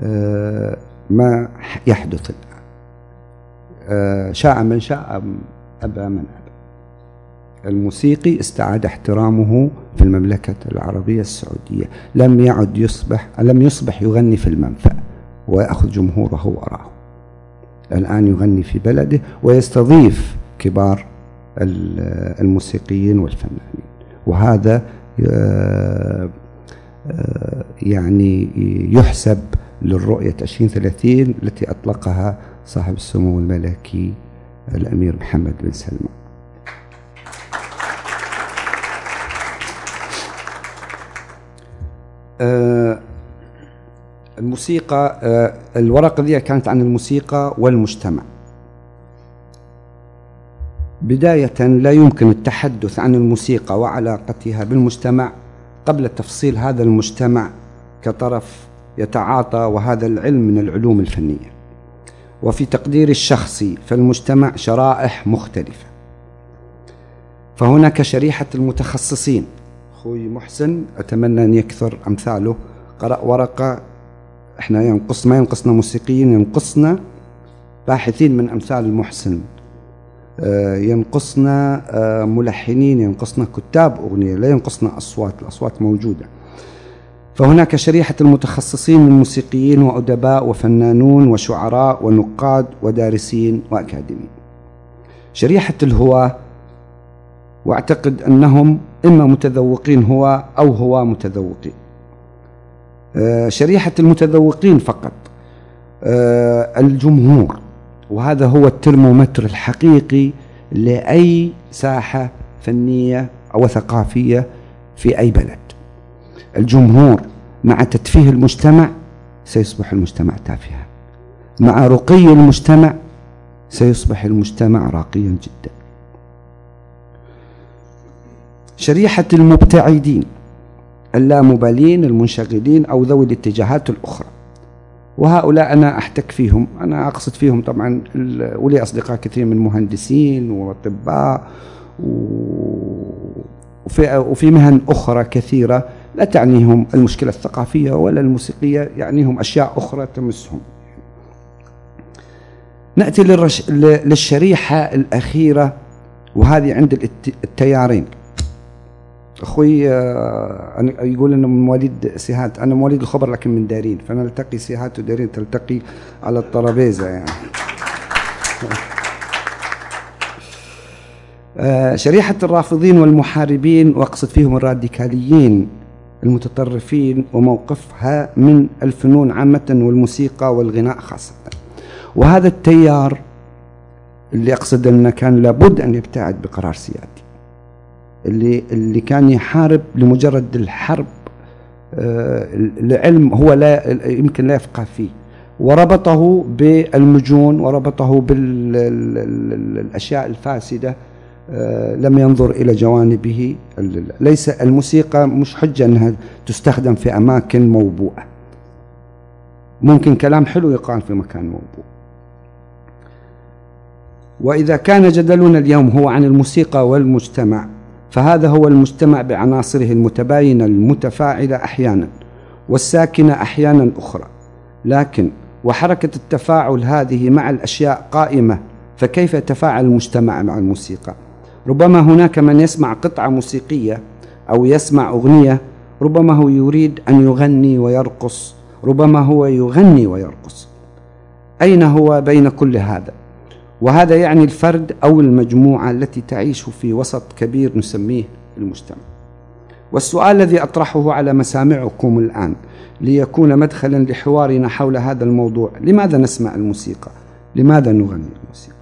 ما يحدث الآن. شاء من شاء، أبى من أبى. الموسيقي استعاد احترامه في المملكة العربية السعودية، لم يعد يصبح لم يصبح يغني في المنفى ويأخذ جمهوره وراءه. الآن يغني في بلده ويستضيف كبار الموسيقيين والفنانين، وهذا يعني يحسب للرؤية عشرين ثلاثين التي أطلقها صاحب السمو الملكي الأمير محمد بن سلمان. الموسيقى، الورقة دي كانت عن الموسيقى والمجتمع. بداية لا يمكن التحدث عن الموسيقى وعلاقتها بالمجتمع قبل تفصيل هذا المجتمع كطرف يتعاطى، وهذا العلم من العلوم الفنية. وفي تقديري الشخصي فالمجتمع شرائح مختلفة، فهناك شريحة المتخصصين. أخوي محسن أتمنى أن يكثر أمثاله، قرأ ورقة، إحنا ينقص ما ينقصنا موسيقيين، ينقصنا باحثين من أمثال المحسن، ينقصنا ملحنين، ينقصنا كتاب أغنية، لا ينقصنا أصوات، الأصوات موجودة. فهناك شريحة المتخصصين من موسيقيين وأدباء وفنانون وشعراء ونقاد ودارسين وأكاديميين. شريحة الهواة، وأعتقد أنهم إما متذوقين هواة أو هواة متذوقين. شريحة المتذوقين فقط الجمهور، وهذا هو الترمومتر الحقيقي لأي ساحة فنية أو ثقافية في أي بلد. الجمهور مع تتفيه المجتمع سيصبح المجتمع تافها، مع رقي المجتمع سيصبح المجتمع راقيا جدا. شريحة المبتعدين اللامبالين المنشغلين أو ذوي الاتجاهات الأخرى، وهؤلاء أنا أحتك فيهم، أنا أقصد فيهم طبعا ولي أصدقاء كثير من مهندسين وأطباء وفي, وفي مهن أخرى كثيرة لا تعنيهم المشكلة الثقافية ولا الموسيقية، يعنيهم أشياء أخرى تمسهم. نأتي للرش... للشريحة الأخيرة، وهذه عند التيارين. أخوي أنا يقول أنه من مواليد سيهات، أنا مواليد الخبر لكن من دارين، فنلتقي سيهات ودارين تلتقي على الطرابيزة يعني. شريحة الرافضين والمحاربين، وأقصد فيهم الراديكاليين المتطرفين وموقفها من الفنون عامة والموسيقى والغناء خاصة. وهذا التيار اللي أقصد أنه كان لابد أن يبتعد بقرار سيادي، اللي اللي كان يحارب لمجرد الحرب لعلم هو لا يمكن لا يفقه فيه، وربطه بالمجون وربطه بالأشياء الفاسدة، لم ينظر إلى جوانبه. ليس الموسيقى مش حجة أنها تستخدم في أماكن موبوءة، ممكن كلام حلو يقال في مكان موبوء. وإذا كان جدلنا اليوم هو عن الموسيقى والمجتمع، فهذا هو المجتمع بعناصره المتباينة المتفاعلة أحيانا والساكنة أحيانا أخرى، لكن وحركة التفاعل هذه مع الأشياء قائمة، فكيف يتفاعل المجتمع مع الموسيقى؟ ربما هناك من يسمع قطعة موسيقية أو يسمع أغنية، ربما هو يريد أن يغني ويرقص، ربما هو يغني ويرقص. أين هو بين كل هذا؟ وهذا يعني الفرد أو المجموعة التي تعيش في وسط كبير نسميه المجتمع. والسؤال الذي أطرحه على مسامعكم الآن ليكون مدخلا لحوارنا حول هذا الموضوع: لماذا نسمع الموسيقى؟ لماذا نغني الموسيقى؟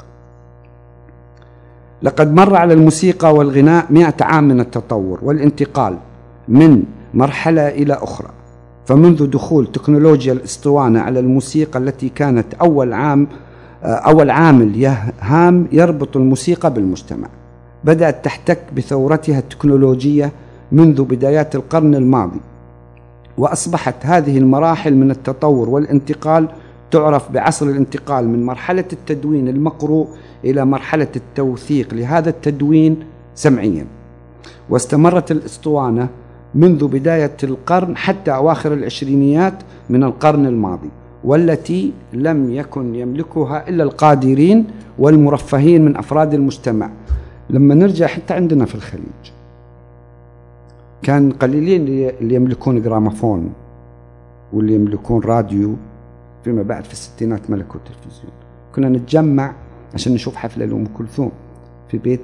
لقد مر على الموسيقى والغناء مئة عام من التطور والانتقال من مرحلة إلى أخرى، فمنذ دخول تكنولوجيا الاسطوانة على الموسيقى التي كانت أول عام أول عامل هام يربط الموسيقى بالمجتمع، بدأت تحتك بثورتها التكنولوجية منذ بدايات القرن الماضي، وأصبحت هذه المراحل من التطور والانتقال تعرف بعصر الانتقال من مرحلة التدوين المقروء إلى مرحلة التوثيق لهذا التدوين سمعيا. واستمرت الإسطوانة منذ بداية القرن حتى أواخر العشرينيات من القرن الماضي، والتي لم يكن يملكها إلا القادرين والمرفهين من أفراد المجتمع. لما نرجع حتى عندنا في الخليج كان قليلين اللي يملكون جراموفون واللي يملكون راديو، فيما بعد في الستينات ملكوا التلفزيون. كنا نتجمع عشان نشوف حفلة لأم كلثوم في بيت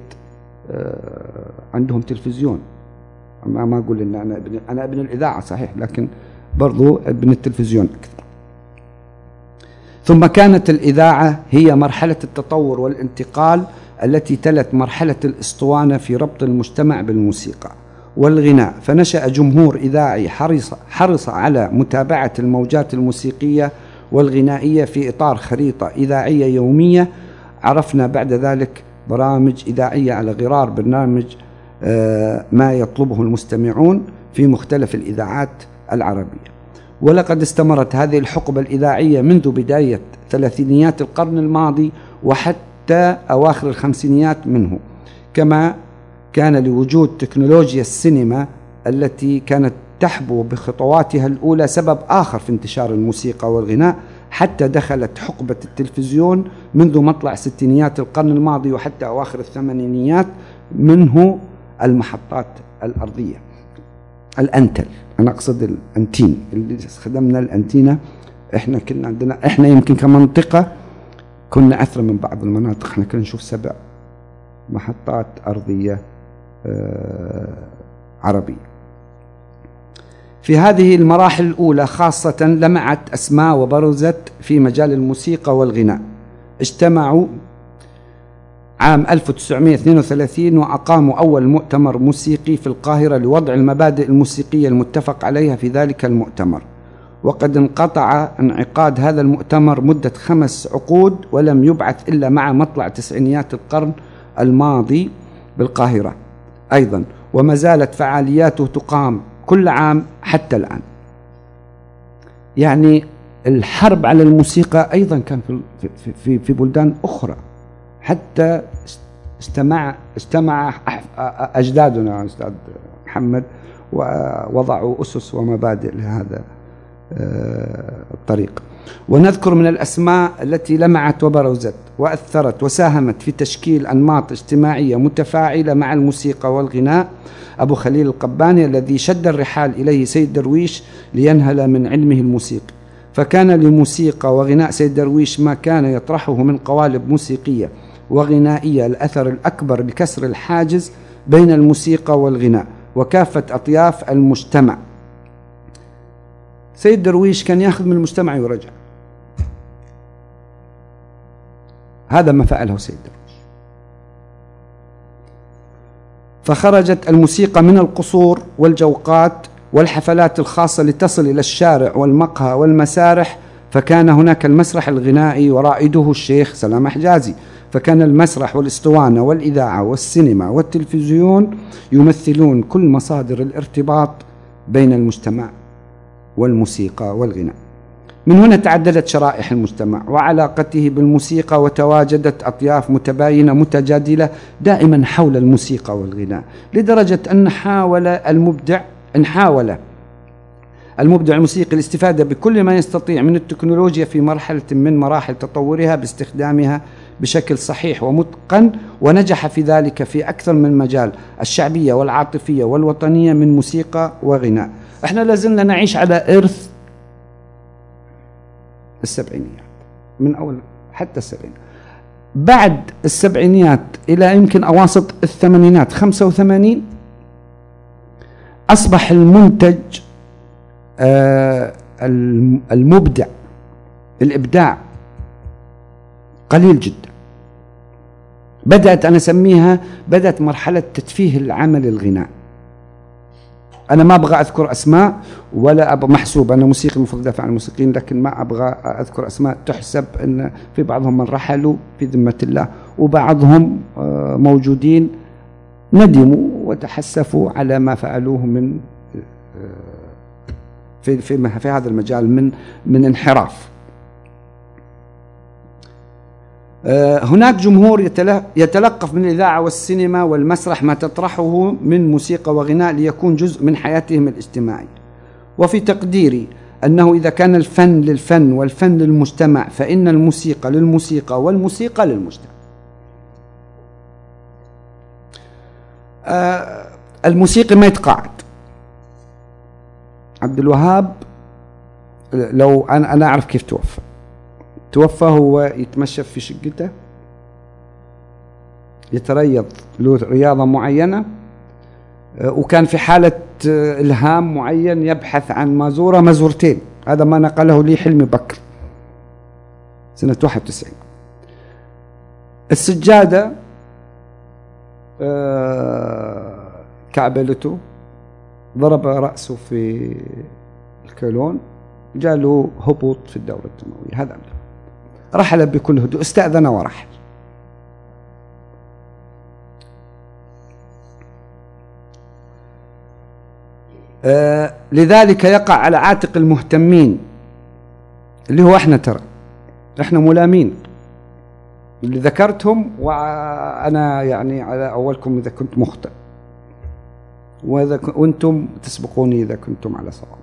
عندهم تلفزيون. ما ما أقول إن أنا ابن أنا ابن الإذاعة صحيح، لكن برضو ابن التلفزيون أكثر. ثم كانت الإذاعة هي مرحلة التطور والانتقال التي تلت مرحلة الإسطوانة في ربط المجتمع بالموسيقى والغناء، فنشأ جمهور إذاعي حرص حرص على متابعة الموجات الموسيقية والغنائية في إطار خريطة إذاعية يومية. عرفنا بعد ذلك برامج إذاعية على غرار برنامج ما يطلبه المستمعون في مختلف الإذاعات العربية. ولقد استمرت هذه الحقبة الإذاعية منذ بداية ثلاثينيات القرن الماضي وحتى أواخر الخمسينيات منه، كما كان لوجود تكنولوجيا السينما التي كانت تحبو بخطواتها الأولى سبب آخر في انتشار الموسيقى والغناء، حتى دخلت حقبة التلفزيون منذ مطلع ستينيات القرن الماضي وحتى أواخر الثمانينيات، منه المحطات الأرضية الأنتل. أنا أقصد الأنتين اللي استخدمنا الأنتينة. إحنا كنا عندنا إحنا يمكن كمنطقة كنا أثرى من بعض المناطق، إحنا كنا نشوف سبع محطات أرضية آه عربية. في هذه المراحل الأولى خاصة لمعت أسماء وبرزت في مجال الموسيقى والغناء. اجتمعوا عام ألف وتسعمائة واثنين وثلاثين وأقاموا أول مؤتمر موسيقي في القاهرة لوضع المبادئ الموسيقية المتفق عليها في ذلك المؤتمر. وقد انقطع انعقاد هذا المؤتمر مدة خمس عقود ولم يبعث إلا مع مطلع تسعينيات القرن الماضي بالقاهرة أيضا، وما زالت فعالياته تقام كل عام حتى الآن. يعني الحرب على الموسيقى أيضا كان في في في بلدان أخرى، حتى استمع استمع أجدادنا أستاذ محمد ووضعوا أسس ومبادئ لهذا الطريق. ونذكر من الأسماء التي لمعت وبرزت وأثرت وساهمت في تشكيل أنماط اجتماعية متفاعلة مع الموسيقى والغناء: أبو خليل القباني الذي شد الرحال إليه سيد درويش لينهل من علمه الموسيقي، فكان لموسيقى وغناء سيد درويش ما كان يطرحه من قوالب موسيقية وغنائية الأثر الأكبر لكسر الحاجز بين الموسيقى والغناء وكافة أطياف المجتمع. سيد درويش كان يأخذ من المجتمع ويرجع، هذا ما فعله سيد درويش. فخرجت الموسيقى من القصور والجوقات والحفلات الخاصة لتصل إلى الشارع والمقهى والمسارح، فكان هناك المسرح الغنائي ورائده الشيخ سلام حجازي، فكان المسرح والاسطوانة والإذاعة والسينما والتلفزيون يمثلون كل مصادر الارتباط بين المجتمع والموسيقى والغناء. من هنا تعددت شرائح المجتمع وعلاقته بالموسيقى، وتواجدت أطياف متباينة متجادلة دائما حول الموسيقى والغناء، لدرجة أن حاول المبدع أن حاول المبدع الموسيقي الاستفادة بكل ما يستطيع من التكنولوجيا في مرحلة من مراحل تطورها باستخدامها بشكل صحيح ومتقن، ونجح في ذلك في أكثر من مجال: الشعبية والعاطفية والوطنية من موسيقى وغناء. احنا لازلنا نعيش على إرث السبعينيات، من أول حتى السبعينات. بعد السبعينيات إلى يمكن أواسط الثمانينات خمسة وثمانين أصبح المنتج آه المبدع الإبداع قليل جدا. بدأت أنا أسميها بدأت مرحلة تدفيه العمل الغناء. أنا ما أبغى أذكر أسماء ولا أبغى محسوب، أنا موسيقي المفروض أدافع عن الموسيقيين، لكن ما أبغى أذكر أسماء تحسب أن في بعضهم من رحلوا في ذمة الله، وبعضهم موجودين ندموا وتحسفوا على ما فعلوه من في في في هذا المجال من من انحراف. هناك جمهور يتلقف من الإذاعة والسينما والمسرح ما تطرحه من موسيقى وغناء ليكون جزء من حياتهم الاجتماعية، وفي تقديري أنه إذا كان الفن للفن والفن للمجتمع فإن الموسيقى للموسيقى والموسيقى للمجتمع. آه الموسيقي ما يتقاعد. عبد الوهاب لو أنا أنا أعرف كيف توفى. توفى هو يتمشى في شقته، يتريض له رياضة معينة، وكان في حالة إلهام معين يبحث عن مازورة مزورتين. هذا ما نقله لي حلمي بكر سنة واحد وتسعين. السجادة كعبلته، ضرب رأسه في الكولون، جاله هبوط في الدورة الدموية. هذا رحل بكل هدوء، استأذن ورحل. آه لذلك يقع على عاتق المهتمين اللي هو احنا، ترى احنا ملامين اللي ذكرتهم، وانا يعني على اولكم اذا كنت مخطئ، واذا وانتم تسبقوني اذا كنتم على صواب.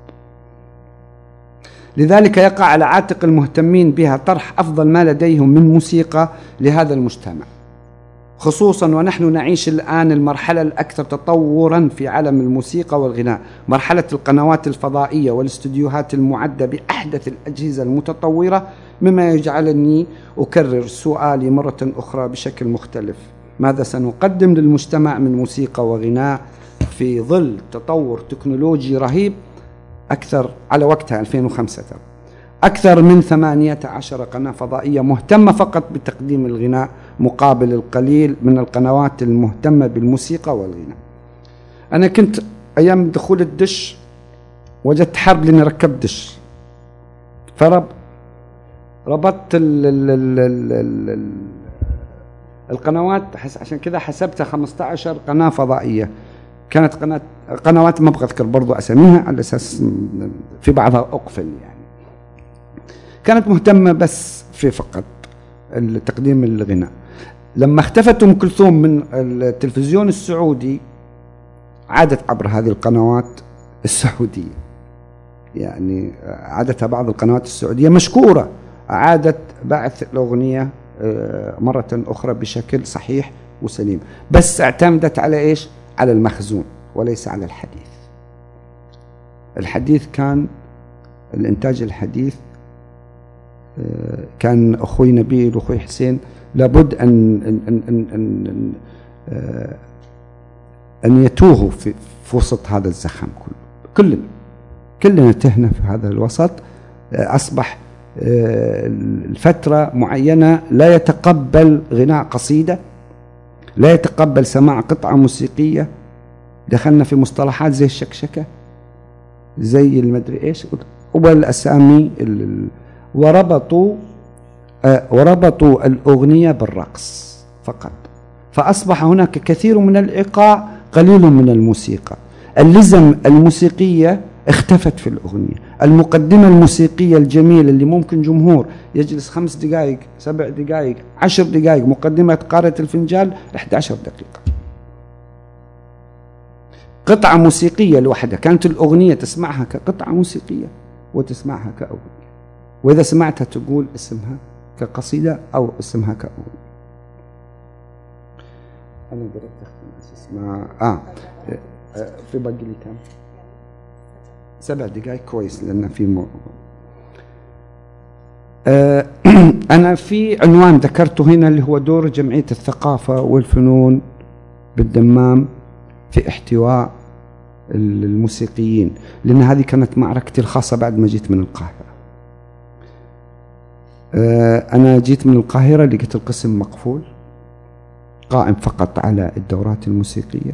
لذلك يقع على عاتق المهتمين بها طرح افضل ما لديهم من موسيقى لهذا المجتمع، خصوصا ونحن نعيش الآن المرحلة الأكثر تطورا في عالم الموسيقى والغناء، مرحلة القنوات الفضائية والاستديوهات المعدة بأحدث الأجهزة المتطورة، مما يجعلني أكرر سؤالي مرة أخرى بشكل مختلف: ماذا سنقدم للمجتمع من موسيقى وغناء في ظل تطور تكنولوجي رهيب؟ أكثر على وقتها ألفين وخمسة أكثر من ثمانية عشر قناة فضائية مهتمة فقط بتقديم الغناء، مقابل القليل من القنوات المهتمة بالموسيقى والغناء. أنا كنت أيام دخول الدش وجدت حرب لأني ركبت دش، فرب ربطت ال ال ال ال ال ال القنوات، عشان كذا حسبتها خمسة عشر قناة فضائية. كانت قناة قنوات ما أبغى أذكر برضو أساميها على أساس في بعضها أقفل، يعني كانت مهتمة بس في فقط تقديم الغناء. لما اختفت أم كلثوم من التلفزيون السعودي عادت عبر هذه القنوات السعودية، يعني عادتها بعض القنوات السعودية مشكورة، عادت بعث الأغنية مرة أخرى بشكل صحيح وسليم، بس اعتمدت على إيش؟ على المخزون وليس على الحديث. الحديث كان الإنتاج الحديث كان أخوي نبيل وأخوي حسين لابد أن أن أن أن, أن, أن, أن يتوهوا في, في وسط هذا الزخم كله. كلنا كلنا تهنا في هذا الوسط. أصبح الفترة معينة لا يتقبل غناء قصيدة، لا يتقبل سماع قطعة موسيقية. دخلنا في مصطلحات زي الشكشكة، زي المدري إيش، والأسامي وربطوا آه وربطوا الأغنية بالرقص فقط، فأصبح هناك كثير من الإيقاع قليل من الموسيقى. اللزم الموسيقية اختفت في الأغنية. المقدمة الموسيقية الجميلة اللي ممكن جمهور يجلس خمس دقائق سبع دقائق عشر دقائق، مقدمة قارئة الفنجان إحدى عشرة دقيقة. قطعة موسيقية لوحدها، كانت الأغنية تسمعها كقطعة موسيقية وتسمعها كأغنية، وإذا سمعتها تقول اسمها كقصيدة أو اسمها كأغنية. أنا قرأت أختم اسمها آه في باقي لي كم؟ سبع دقائق كويس، لأن في موضوع. آه أنا في عنوان ذكرته هنا اللي هو دور جمعية الثقافة والفنون بالدمام في احتواء الموسيقيين، لأن هذه كانت معركتي الخاصة بعد ما جيت من القاهرة. أنا جيت من القاهرة لقيت القسم مقفول قائم فقط على الدورات الموسيقية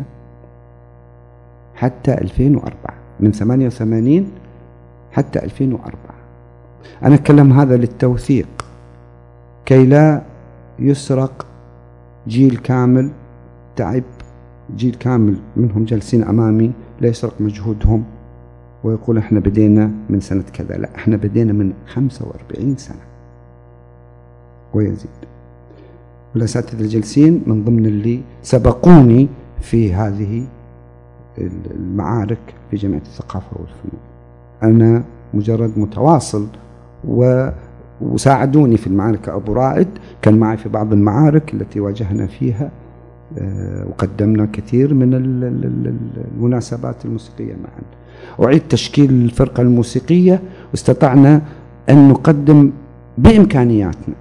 حتى ألفين وأربعة، من ثمانية وثمانين حتى ألفين وأربعة. أنا أتكلم هذا للتوثيق كي لا يسرق جيل كامل تعب، جيل كامل منهم جالسين أمامي لا يسرق مجهودهم ويقول احنا بدينا من سنة كذا. لا، احنا بدينا من خمسة وأربعين سنة ويزيد. والأساتذة الجالسين من ضمن اللي سبقوني في هذه المعارك في جمعية الثقافة والفنون. أنا مجرد متواصل و وساعدوني في المعارك. أبو رائد كان معي في بعض المعارك التي واجهنا فيها، وقدمنا كثير من المناسبات الموسيقية معا. أعيد تشكيل الفرقة الموسيقية واستطعنا أن نقدم بإمكانياتنا.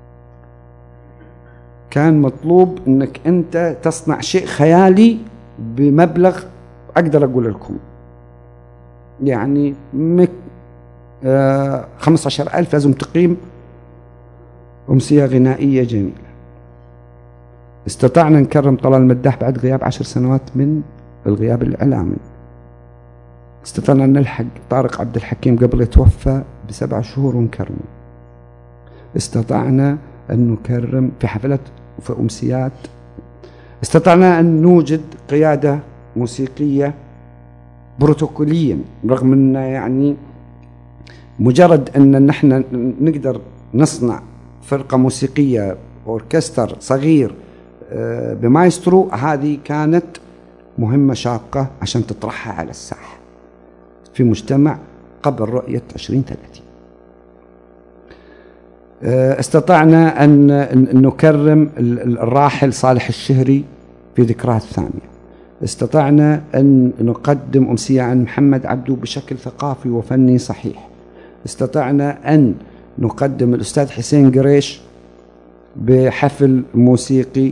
كان مطلوب أنك أنت تصنع شيء خيالي بمبلغ أقدر أقول لكم يعني مك آه خمسة عشر ألف لازم تقيم أمسية غنائية جميلة. استطعنا نكرم طلال المداح بعد غياب عشر سنوات من الغياب الإعلامي. استطعنا أن نلحق طارق عبد الحكيم قبل يتوفى بسبع شهور ونكرمه. استطعنا أن نكرم في حفلات وفي أمسيات. استطعنا أن نوجد قيادة موسيقية بروتوكوليا، رغم أن يعني مجرد أن نحن نقدر نصنع فرقة موسيقية أوركستر صغير بمايسترو، هذه كانت مهمة شاقة عشان تطرحها على الساحة في مجتمع قبل رؤية عشرين ثلاثين. استطعنا أن نكرم الراحل صالح الشهري في ذكراه الثانية. استطعنا أن نقدم أمسية عن محمد عبدو بشكل ثقافي وفني صحيح. استطعنا أن نقدم الأستاذ حسين قريش بحفل موسيقي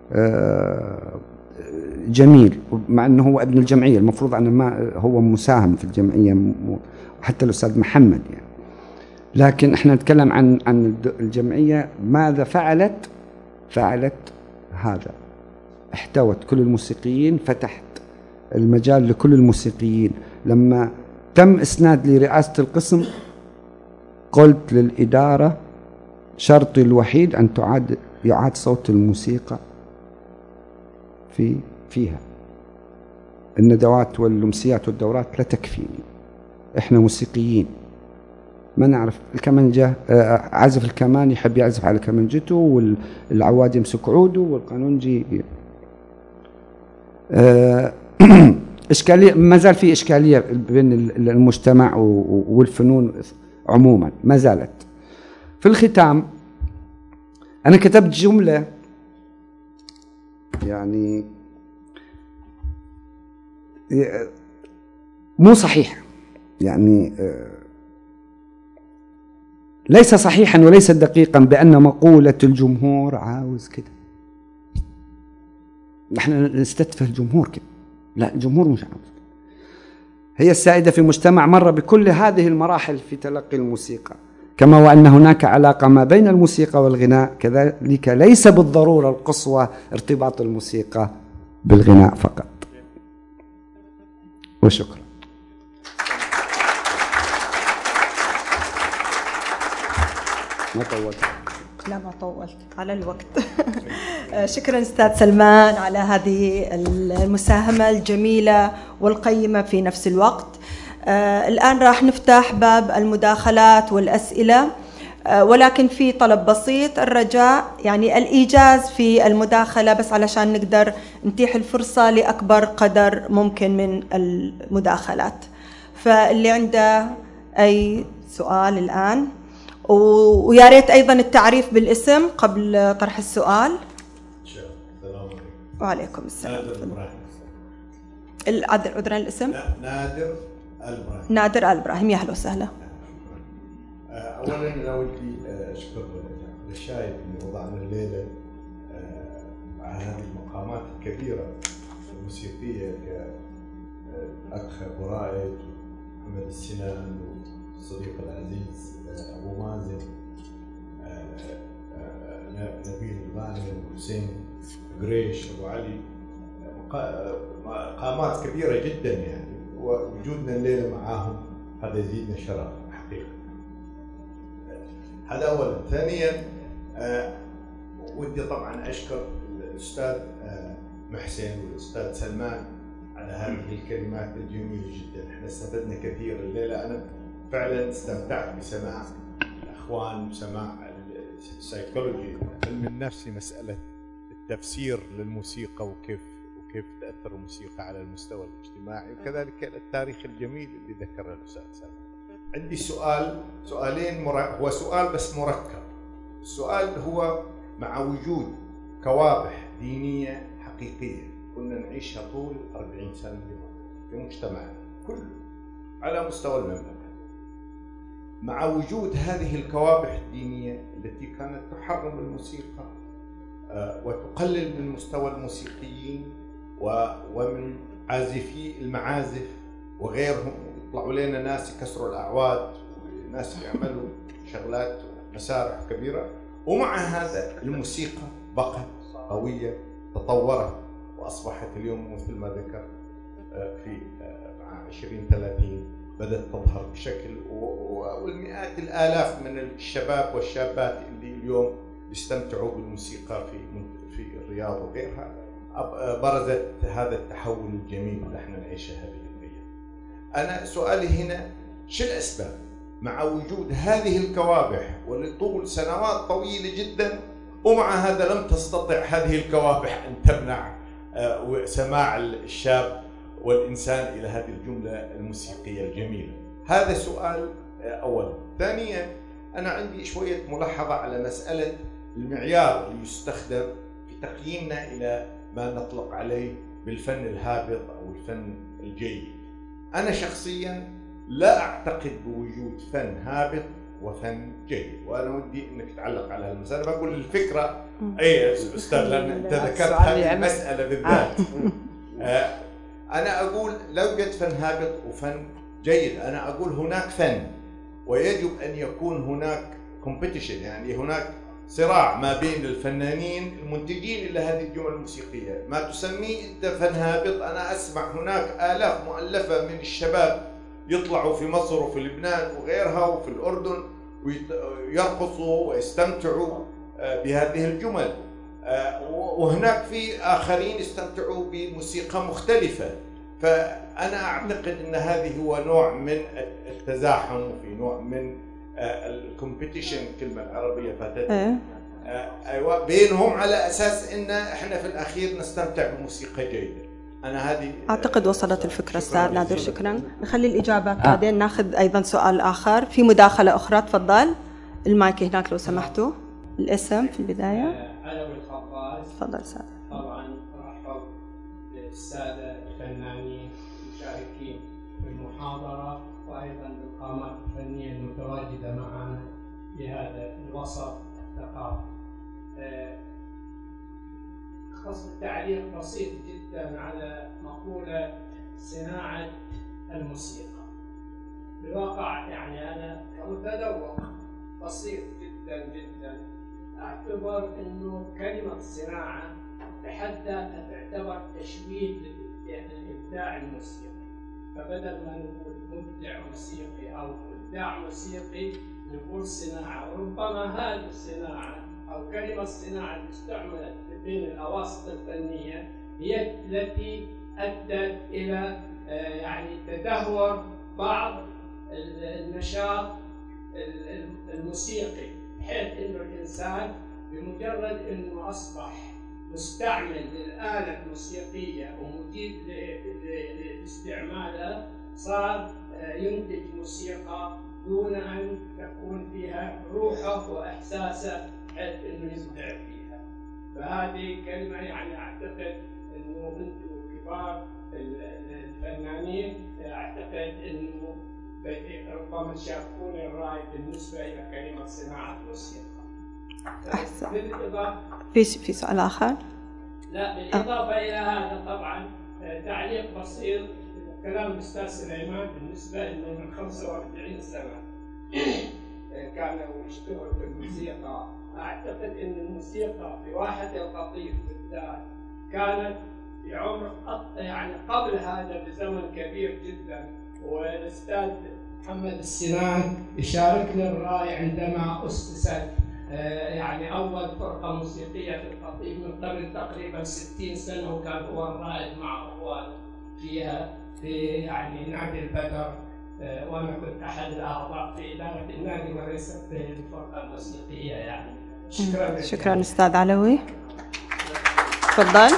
جميل، مع أنه هو ابن الجمعية، المفروض أنه ما هو مساهم في الجمعية، حتى الأستاذ محمد يعني. لكن احنا نتكلم عن عن الجمعية ماذا فعلت؟ فعلت هذا، احتوت كل الموسيقيين، فتحت المجال لكل الموسيقيين. لما تم إسناد لي رئاسة القسم قلت للإدارة شرطي الوحيد أن تعاد يعاد صوت الموسيقى في فيها. الندوات والأمسيات والدورات لا تكفيني، احنا موسيقيين ما نعرف الكمانجة. عازف الكمان يحب يعزف على كمانجته، والعواد يمسك عوده، والقانونجي إشكالية. ما زال في إشكالية بين المجتمع والفنون عموما، ما زالت. في الختام أنا كتبت جملة يعني مو صحيح، يعني ليس صحيحا وليس دقيقا بأن مقولة الجمهور عاوز كده. نحن نستتفه الجمهور كده، لا، الجمهور مش عاوز. هي السائدة في مجتمع مر بكل هذه المراحل في تلقي الموسيقى، كما وأن هناك علاقة ما بين الموسيقى والغناء، كذلك ليس بالضرورة القصوى ارتباط الموسيقى بالغناء فقط. وشكرا. ما طولت. لا ما طولت على الوقت. شكرا أستاذ سلمان على هذه المساهمة الجميلة والقيمة في نفس الوقت. الآن راح نفتح باب المداخلات والأسئلة، ولكن في طلب بسيط، الرجاء يعني الإيجاز في المداخلة بس علشان نقدر نتيح الفرصة لأكبر قدر ممكن من المداخلات. فاللي عنده أي سؤال الآن، ويا ريت أيضا التعريف بالاسم قبل طرح السؤال. السلام عليكم. وعليكم السلام. نادر الإبراهيم. العذر عذرا الاسم؟ نادر الإبراهيم. نادر الإبراهيم، يا أهلا وسهلا. أولا أنا ودي أشكر الشايب اللي وضعنا الليلة مع هذه المقامات الكبيرة الموسيقية كأخ أبو رائد ومحمد السنان والصديق العزيز أبو مازن، نبيل الغانم، حسين قريش، أبو علي، مقامات كبيرة جدا يعني، ووجودنا الليلة معاهم هذا يزيدنا شرف حقيقة. هذا أولا. ثانيا ودي طبعا أشكر الأستاذ محسن والأستاذ سلمان على على هذه الكلمات الجميلة جدا. احنا استفدنا كثير الليلة. أنا فعلا استمتعت بسماع الأخوان وسماع السيكولوجي علم النفس، مسألة التفسير للموسيقى وكيف وكيف تأثر الموسيقى على المستوى الاجتماعي، وكذلك التاريخ الجميل اللي ذكره الأستاذ سامي. عندي سؤال سؤالين مر... هو سؤال بس مركب. السؤال هو مع وجود كوابح دينية حقيقية كنا نعيشها طول أربعين سنة في مجتمعنا كله على مستوى المملكة، مع وجود هذه الكوابح الدينية التي كانت تحرم الموسيقى وتقلل من مستوى الموسيقيين ومن عازفي المعازف وغيرهم، يطلعوا لنا ناس يكسروا الأعواد وناس يعملوا شغلات مسارح كبيرة، ومع هذا الموسيقى بقت قوية تطورت وأصبحت اليوم مثل ما ذكر في مع عشرين ثلاثين بدأت تظهر بشكل، والمئات الآلاف من الشباب والشابات اللي اليوم يستمتعوا بالموسيقى في في الرياض وغيرها، برزت هذا التحول الجميل اللي احنا نعيشه هذه الأيام. أنا سؤالي هنا شو الأسباب مع وجود هذه الكوابح ولطول سنوات طويلة جدا، ومع هذا لم تستطع هذه الكوابح أن تمنع سماع الشاب والإنسان إلى هذه الجملة الموسيقية الجميلة؟ هذا سؤال أولا. ثانيا، أنا عندي شوية ملاحظة على مسألة المعيار اللي يستخدم في تقييمنا إلى ما نطلق عليه بالفن الهابط أو الفن الجيد. أنا شخصيا لا أعتقد بوجود فن هابط وفن جيد، وأنا ودي أنك تعلق على المسألة. بقول الفكرة أي أستاذ، لأن أنت ذكرت هذه المسألة بالذات. أنا أقول لا يوجد فن هابط وفن جيد، أنا أقول هناك فن ويجب أن يكون هناك كومبيتيشن، يعني هناك صراع ما بين الفنانين المنتجين إلى هذه الجمل الموسيقية. ما تسميه أنت فن هابط، أنا أسمع هناك آلاف مؤلفة من الشباب يطلعوا في مصر وفي لبنان وغيرها وفي الأردن ويرقصوا ويستمتعوا بهذه الجمل، وهناك في آخرين يستمتعوا بموسيقى مختلفة. فأنا أعتقد أن هذه هو نوع من التزاحم وفي نوع من الكومبيتيشن، الكلمة العربية فاتت أيوة بينهم، على أساس أن إحنا في الأخير نستمتع بموسيقى جيدة. أنا هذه أعتقد وصلت الفكرة أستاذ نادر، شكرا. نخلي الإجابات آه. بعدين ناخذ أيضا سؤال آخر. في مداخلة أخرى، تفضل المايك هناك لو سمحتوا. الاسم في البداية. علوي الخطاز. تفضل سادة. طبعا أرحب بالسادة الفنانين المشاركين في المحاضرة، وأيضا بالقامات الفنية المتواجدة معنا في هذا الوسط الثقافي. خص تعليق بسيط جدا على مقولة صناعة الموسيقى. بالواقع يعني أنا كمتذوق بسيط جدا جدا أعتبر إنه كلمة صناعة بحد ذاتها تعتبر تشويه للإبداع الموسيقي، فبدل ما نقول مبدع موسيقي أو إبداع موسيقي نقول صناعة. وربما هذه الصناعة أو كلمة الصناعة اللي استعملت بين الأواسط الفنية هي التي أدت إلى يعني تدهور بعض النشاط الموسيقي، بحيث إنه الإنسان بمجرد إنه أصبح مستعمل للآلة الموسيقية ومجيد لاستعمالها صار ينتج موسيقى دون أن تكون فيها روحه وإحساسه بحيث إنه يبدع فيها. فهذه كلمة يعني أعتقد إنه أنتم كبار الفنانين أعتقد إنه ربما تشاركون الرأي بالنسبة إلى كلمة صناعة الموسيقى. أحسن. في في سؤال آخر؟ لا، بالإضافة إلى هذا طبعا تعليق بسيط كلام الأستاذ سليمان بالنسبة إنه من خمسة وأربعين سنة كانوا يشتغلوا في الموسيقى. أعتقد إن الموسيقى في واحة القطيف بالذات كانت في عمر يعني قبل هذا بزمن كبير جدا، والأستاذ محمد السنان يشاركنا الرأي عندما أسست يعني أول فرقة موسيقية في القطيف من قبل تقريبا ستين سنة، وكان هو الرائد مع أخوانه فيها في يعني نادي البدر، وانا كنت احد الاعضاء في اداره النادي وليس في الفرقه الموسيقيه يعني. شكرا. شكرا استاذ علوي. تفضل.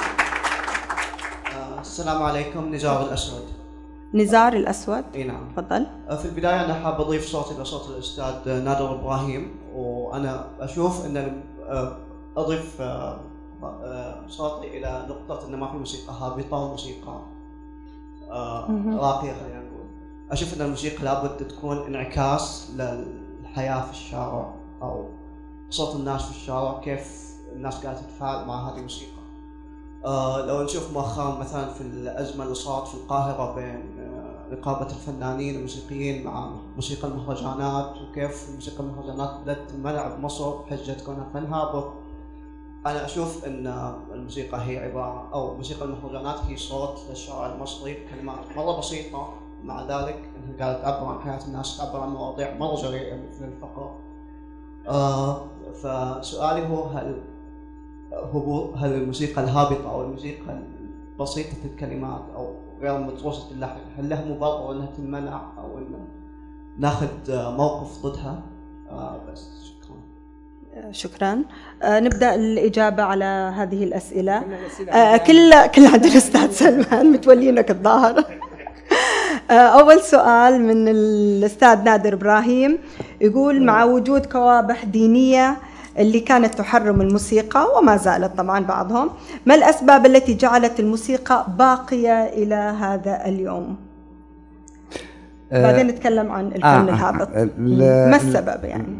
السلام عليكم. نزار الاسود. نزار الاسود. اي نعم. تفضل. في البدايه انا حاب اضيف صوتي لصوت الاستاذ نادر ابراهيم، وانا اشوف ان اضيف صوتي الى نقطه ان ما في موسيقى هابطه وموسيقى راقيه. خلينا نقول اشوف ان الموسيقى لابد تكون انعكاس للحياه في الشارع او صوت الناس في الشارع، كيف الناس قاعده تتفاعل مع هذه الموسيقى. آه لو نشوف مؤخرا مثلا في الازمه اللي صارت في القاهره بين آه نقابه الفنانين الموسيقيين مع موسيقى المهرجانات، وكيف موسيقى المهرجانات بدات تمنع بمصر بحجه كونها فن هابط. انا اشوف ان الموسيقى هي عباره او موسيقى المهرجانات هي صوت للشارع المصري بكلمات مره بسيطه، مع ذلك انها قاعده تعبر عن حياه الناس، تعبر عن مواضيع مره جريئه مثل الفقر. آه فسؤالي هو هل هو هل الموسيقى الهابطه او الموسيقى بسيطه الكلمات او غير مدروسه اللحن هل لها مبرر انها تمنع او ان ناخذ موقف ضدها؟ آه بس شكرا. شكرا. آه نبدا الاجابه على هذه الاسئله. آه كل كل عند الاستاذ سلمان متولينك الظاهر. آه اول سؤال من الاستاذ نادر ابراهيم يقول: مع وجود قوابح دينيه اللي كانت تحرم الموسيقى وما زالت طبعا بعضهم، ما الأسباب التي جعلت الموسيقى باقية إلى هذا اليوم؟ أه بعدين نتكلم عن الفن آه الهابط. آه ما السبب يعني؟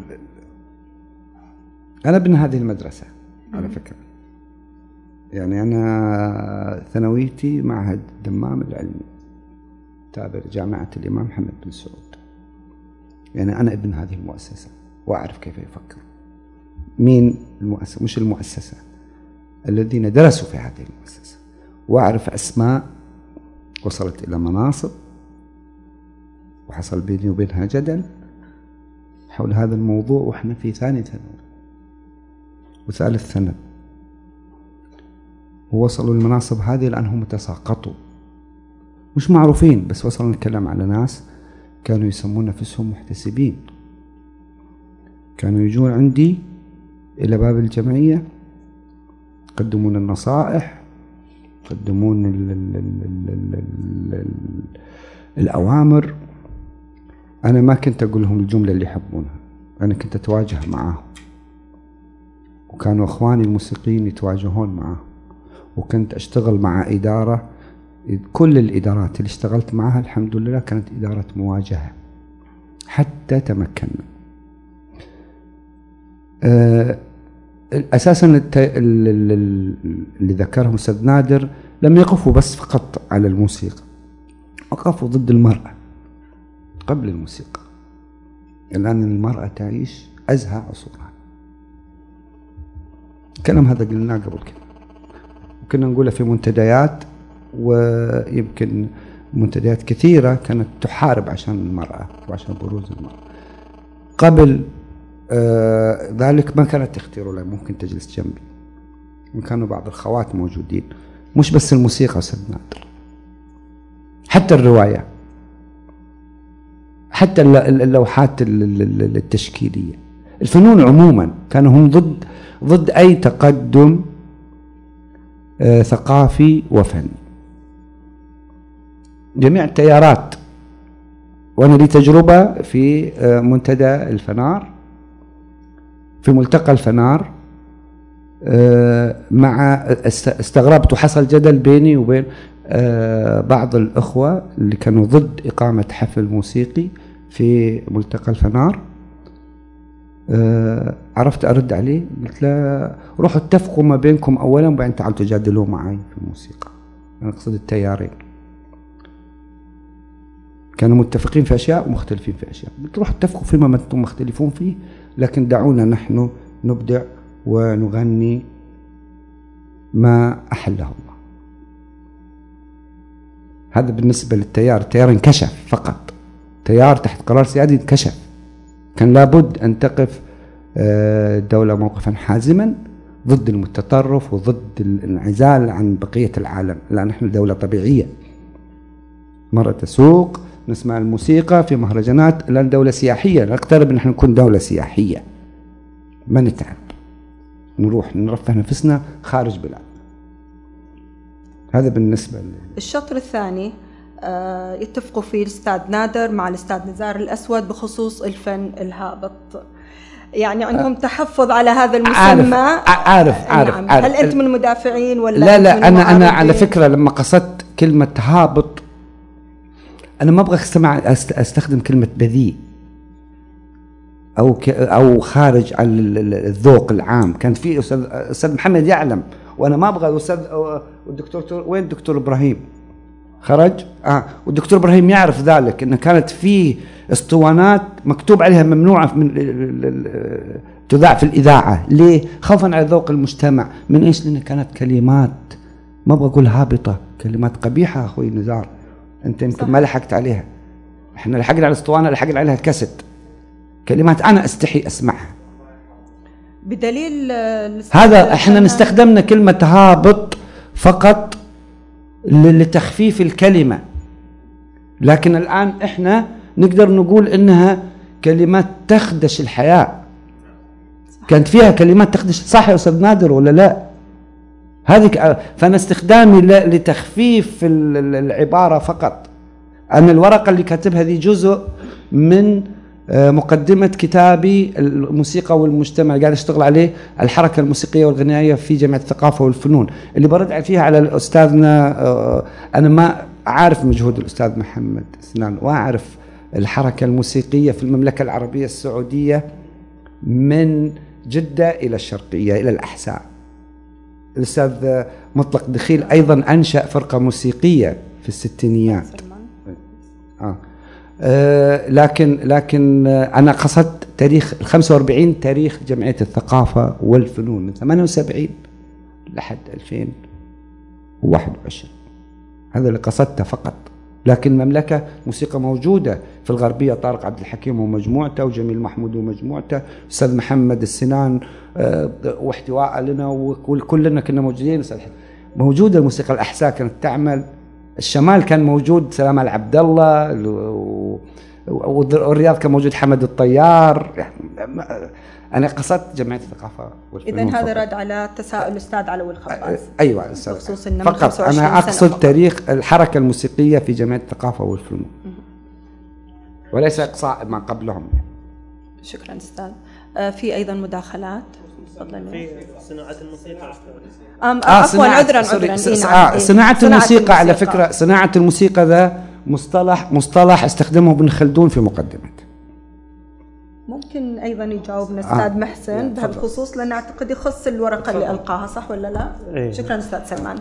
أنا ابن هذه المدرسة على فكرة، يعني أنا ثانويتي معهد دمام العلمي تابع لجامعة الإمام محمد بن سعود، يعني أنا ابن هذه المؤسسة وأعرف كيف يفكر. مين المؤسسة؟ مش المؤسسة، الذين درسوا في هذه المؤسسة، وأعرف أسماء وصلت إلى مناصب وحصل بيني وبينها جدل حول هذا الموضوع وإحنا في ثاني ثانوي وثالث سنة، ووصلوا المناصب هذه لأنهم تساقطوا مش معروفين، بس وصلوا نتكلم على ناس كانوا يسمون نفسهم محتسبين، كانوا يجون عندي إلى باب الجمعية يقدمون النصائح، يقدمون ال ال ال ال ال ال الأوامر. أنا ما كنت أقول لهم الجملة اللي يحبونها، أنا كنت أتواجه معهم، وكانوا أخواني الموسيقيين يتواجهون معهم، وكنت أشتغل مع إدارة، كل الإدارات اللي اشتغلت معها الحمد لله كانت إدارة مواجهة حتى تمكنا. أه أساسا اللي ذكره أستاذ نادر لم يقفوا بس فقط على الموسيقى، وقفوا ضد المرأة قبل الموسيقى. الآن المرأة تعيش أزهى عصورها، الكلام هذا قلناه قبل كده، وكنا نقوله في منتديات، ويمكن منتديات كثيرة كانت تحارب عشان المرأة وعشان بروز المرأة. قبل آه ذلك ما كانت تختاروا لها، ممكن تجلس جنبي، وكانوا بعض الخوات موجودين، مش بس الموسيقى أستاذ نادر، حتى الرواية، حتى اللوحات التشكيلية، الفنون عموما كانوا هم ضد ضد أي تقدم آه ثقافي وفني، جميع التيارات. وأنا لي تجربة في آه منتدى الفنار، في ملتقى الفنار، آه مع استغربت وحصل جدل بيني وبين آه بعض الأخوة اللي كانوا ضد إقامة حفل موسيقي في ملتقى الفنار. آه عرفت أرد عليه، قلت له روحوا اتفقوا ما بينكم أولا وبعدين تعالوا تجادلوا معي في الموسيقى. أنا أقصد التيارين كانوا متفقين في أشياء ومختلفين في أشياء، قلت روحوا اتفقوا فيما ما أنتم مختلفون فيه، لكن دعونا نحن نبدع ونغني ما أحله الله. هذا بالنسبة للتيار، التيار انكشف فقط، تيار تحت قرار سيادي انكشف، كان لابد أن تقف الدولة موقفا حازما ضد المتطرف وضد الانعزال عن بقية العالم. لا، نحن دولة طبيعية، مرة تسوق، نسمع الموسيقى في مهرجانات، لأن دولة سياحية، نقترب ان احنا نكون دولة سياحية، ما نتعب، نروح نرفه نفسنا خارج بلاد. هذا بالنسبة لي. الشطر الثاني آه يتفقوا فيه الأستاذ نادر مع الأستاذ نزار الأسود بخصوص الفن الهابط، يعني عندهم تحفظ على هذا المسمى. عارف عارف, عارف, نعم. عارف. هل أنت من المدافعين ولا لا لا من أنا أنا على فكرة لما قصدت كلمة هابط أنا ما أبغى أستمع أستخدم كلمة بذيء أو أو خارج عن الذوق العام. كان في أستاذ أستاذ محمد يعلم، وأنا ما أبغى الأستاذ والدكتور وين الدكتور إبراهيم خرج آه والدكتور إبراهيم يعرف ذلك، إن كانت في اسطوانات مكتوب عليها ممنوعة من تذاع في الإذاعة. ليه؟ خوفا على ذوق المجتمع. من إيش؟ لأن كانت كلمات ما أبغى أقول هابطة، كلمات قبيحة. أخوي نزار أنت يمكن ما لحقت عليها، إحنا لحقنا على الاسطوانة، لحقنا عليها الكاسيت، كلمات أنا أستحي أسمعها. بدليل هذا إحنا نستخدمنا كلمة هابط فقط لتخفيف الكلمة، لكن الآن إحنا نقدر نقول إنها كلمات تخدش الحياة. كانت فيها كلمات تخدش، صح يا أستاذ نادر ولا لا؟ هذه فأنا استخدامي لتخفيف العبارة فقط. أنا الورقة اللي كاتبها هذه جزء من مقدمة كتابي الموسيقى والمجتمع، قاعد أشتغل عليه، الحركة الموسيقية والغنائية في جامعة الثقافة والفنون، اللي برد فيها على أستاذنا. أنا ما أعرف مجهود الأستاذ محمد سنان، وأعرف الحركة الموسيقية في المملكة العربية السعودية من جدة إلى الشرقية إلى الأحساء. الأستاذ مطلق دخيل أيضا أنشأ فرقة موسيقية في الستينيات. آه. آه لكن لكن آه أنا قصدت تاريخ الخمسة وأربعين، تاريخ جمعية الثقافة والفنون من ثمانية وسبعين لحد ألفين وواحد وعشرين، هذا اللي قصدته فقط. لكن المملكة موسيقى موجودة في الغربية، طارق عبد الحكيم ومجموعته، وجميل محمود ومجموعته، أستاذ محمد السنان آه واحتواء لنا، وكلنا كنا موجودين. موجودة الموسيقى الأحساء كانت تعمل، الشمال كان موجود سلام العبد الله، والرياض كان موجود حمد الطيار. أنا قصدت جمعية الثقافة والفنون. إذن هذا رد على تساؤل الأستاذ علوي الخباز. أيوة أستاذ، بخصوص فقط أنا أقصد تاريخ الحركة الموسيقية في جمعية الثقافة والفنون، وليس إقصاء ما قبلهم. شكرا أستاذ. في أيضا مداخلات في صناعة الموسيقى. عفوا عذرا عذرا صناعة, صناعة الموسيقى على فكرة صناعة الموسيقى ذا مصطلح مصطلح استخدمه ابن خلدون في مقدمته. ممكن أيضا يجاوبنا أستاذ آه. محسن بهذا الخصوص، لأن أعتقد يخص الورقة اللي ألقاها، صح ولا لا؟ إيه. شكرا أستاذ سلمان.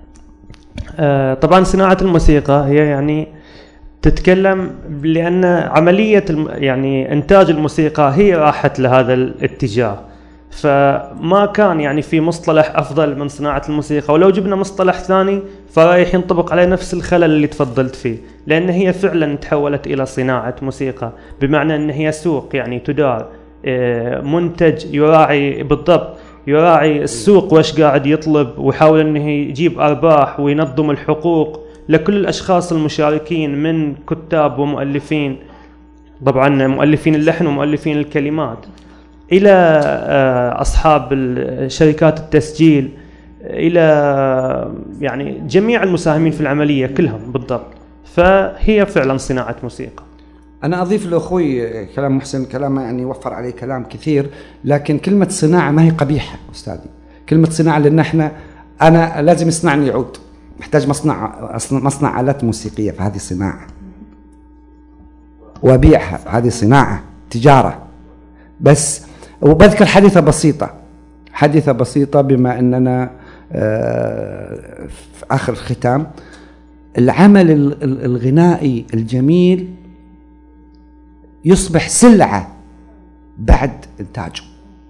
آه طبعا صناعة الموسيقى هي يعني تتكلم لأن عملية يعني إنتاج الموسيقى هي راحت لهذا الاتجاه، فما كان يعني في مصطلح أفضل من صناعة الموسيقى. ولو جبنا مصطلح ثاني فرايح ينطبق عليه نفس الخلل اللي تفضلت فيه، لأن هي فعلا تحولت إلى صناعة موسيقى، بمعنى أن هي سوق يعني تدار، منتج يراعي بالضبط يراعي السوق وش قاعد يطلب، ويحاول أنه يجيب أرباح وينظم الحقوق لكل الأشخاص المشاركين من كتاب ومؤلفين، طبعا مؤلفين اللحن ومؤلفين الكلمات، إلى أصحاب شركات التسجيل، إلى يعني جميع المساهمين في العملية كلهم بالضبط. فهي فعلا صناعة موسيقى. أنا أضيف لأخوي كلام محسن، كلام يعني وفر عليه كلام كثير، لكن كلمة صناعة ما هي قبيحة أستاذي. كلمة صناعة لأن إحنا أنا لازم يصنعني يعود، محتاج مصنع مصنع آلات موسيقية، فهذه صناعة، وأبيعها، هذه صناعة تجارة. بس وبذكر حادثة بسيطة حادثة بسيطة بما أننا في آخر الختام. العمل الغنائي الجميل يصبح سلعة بعد إنتاجه،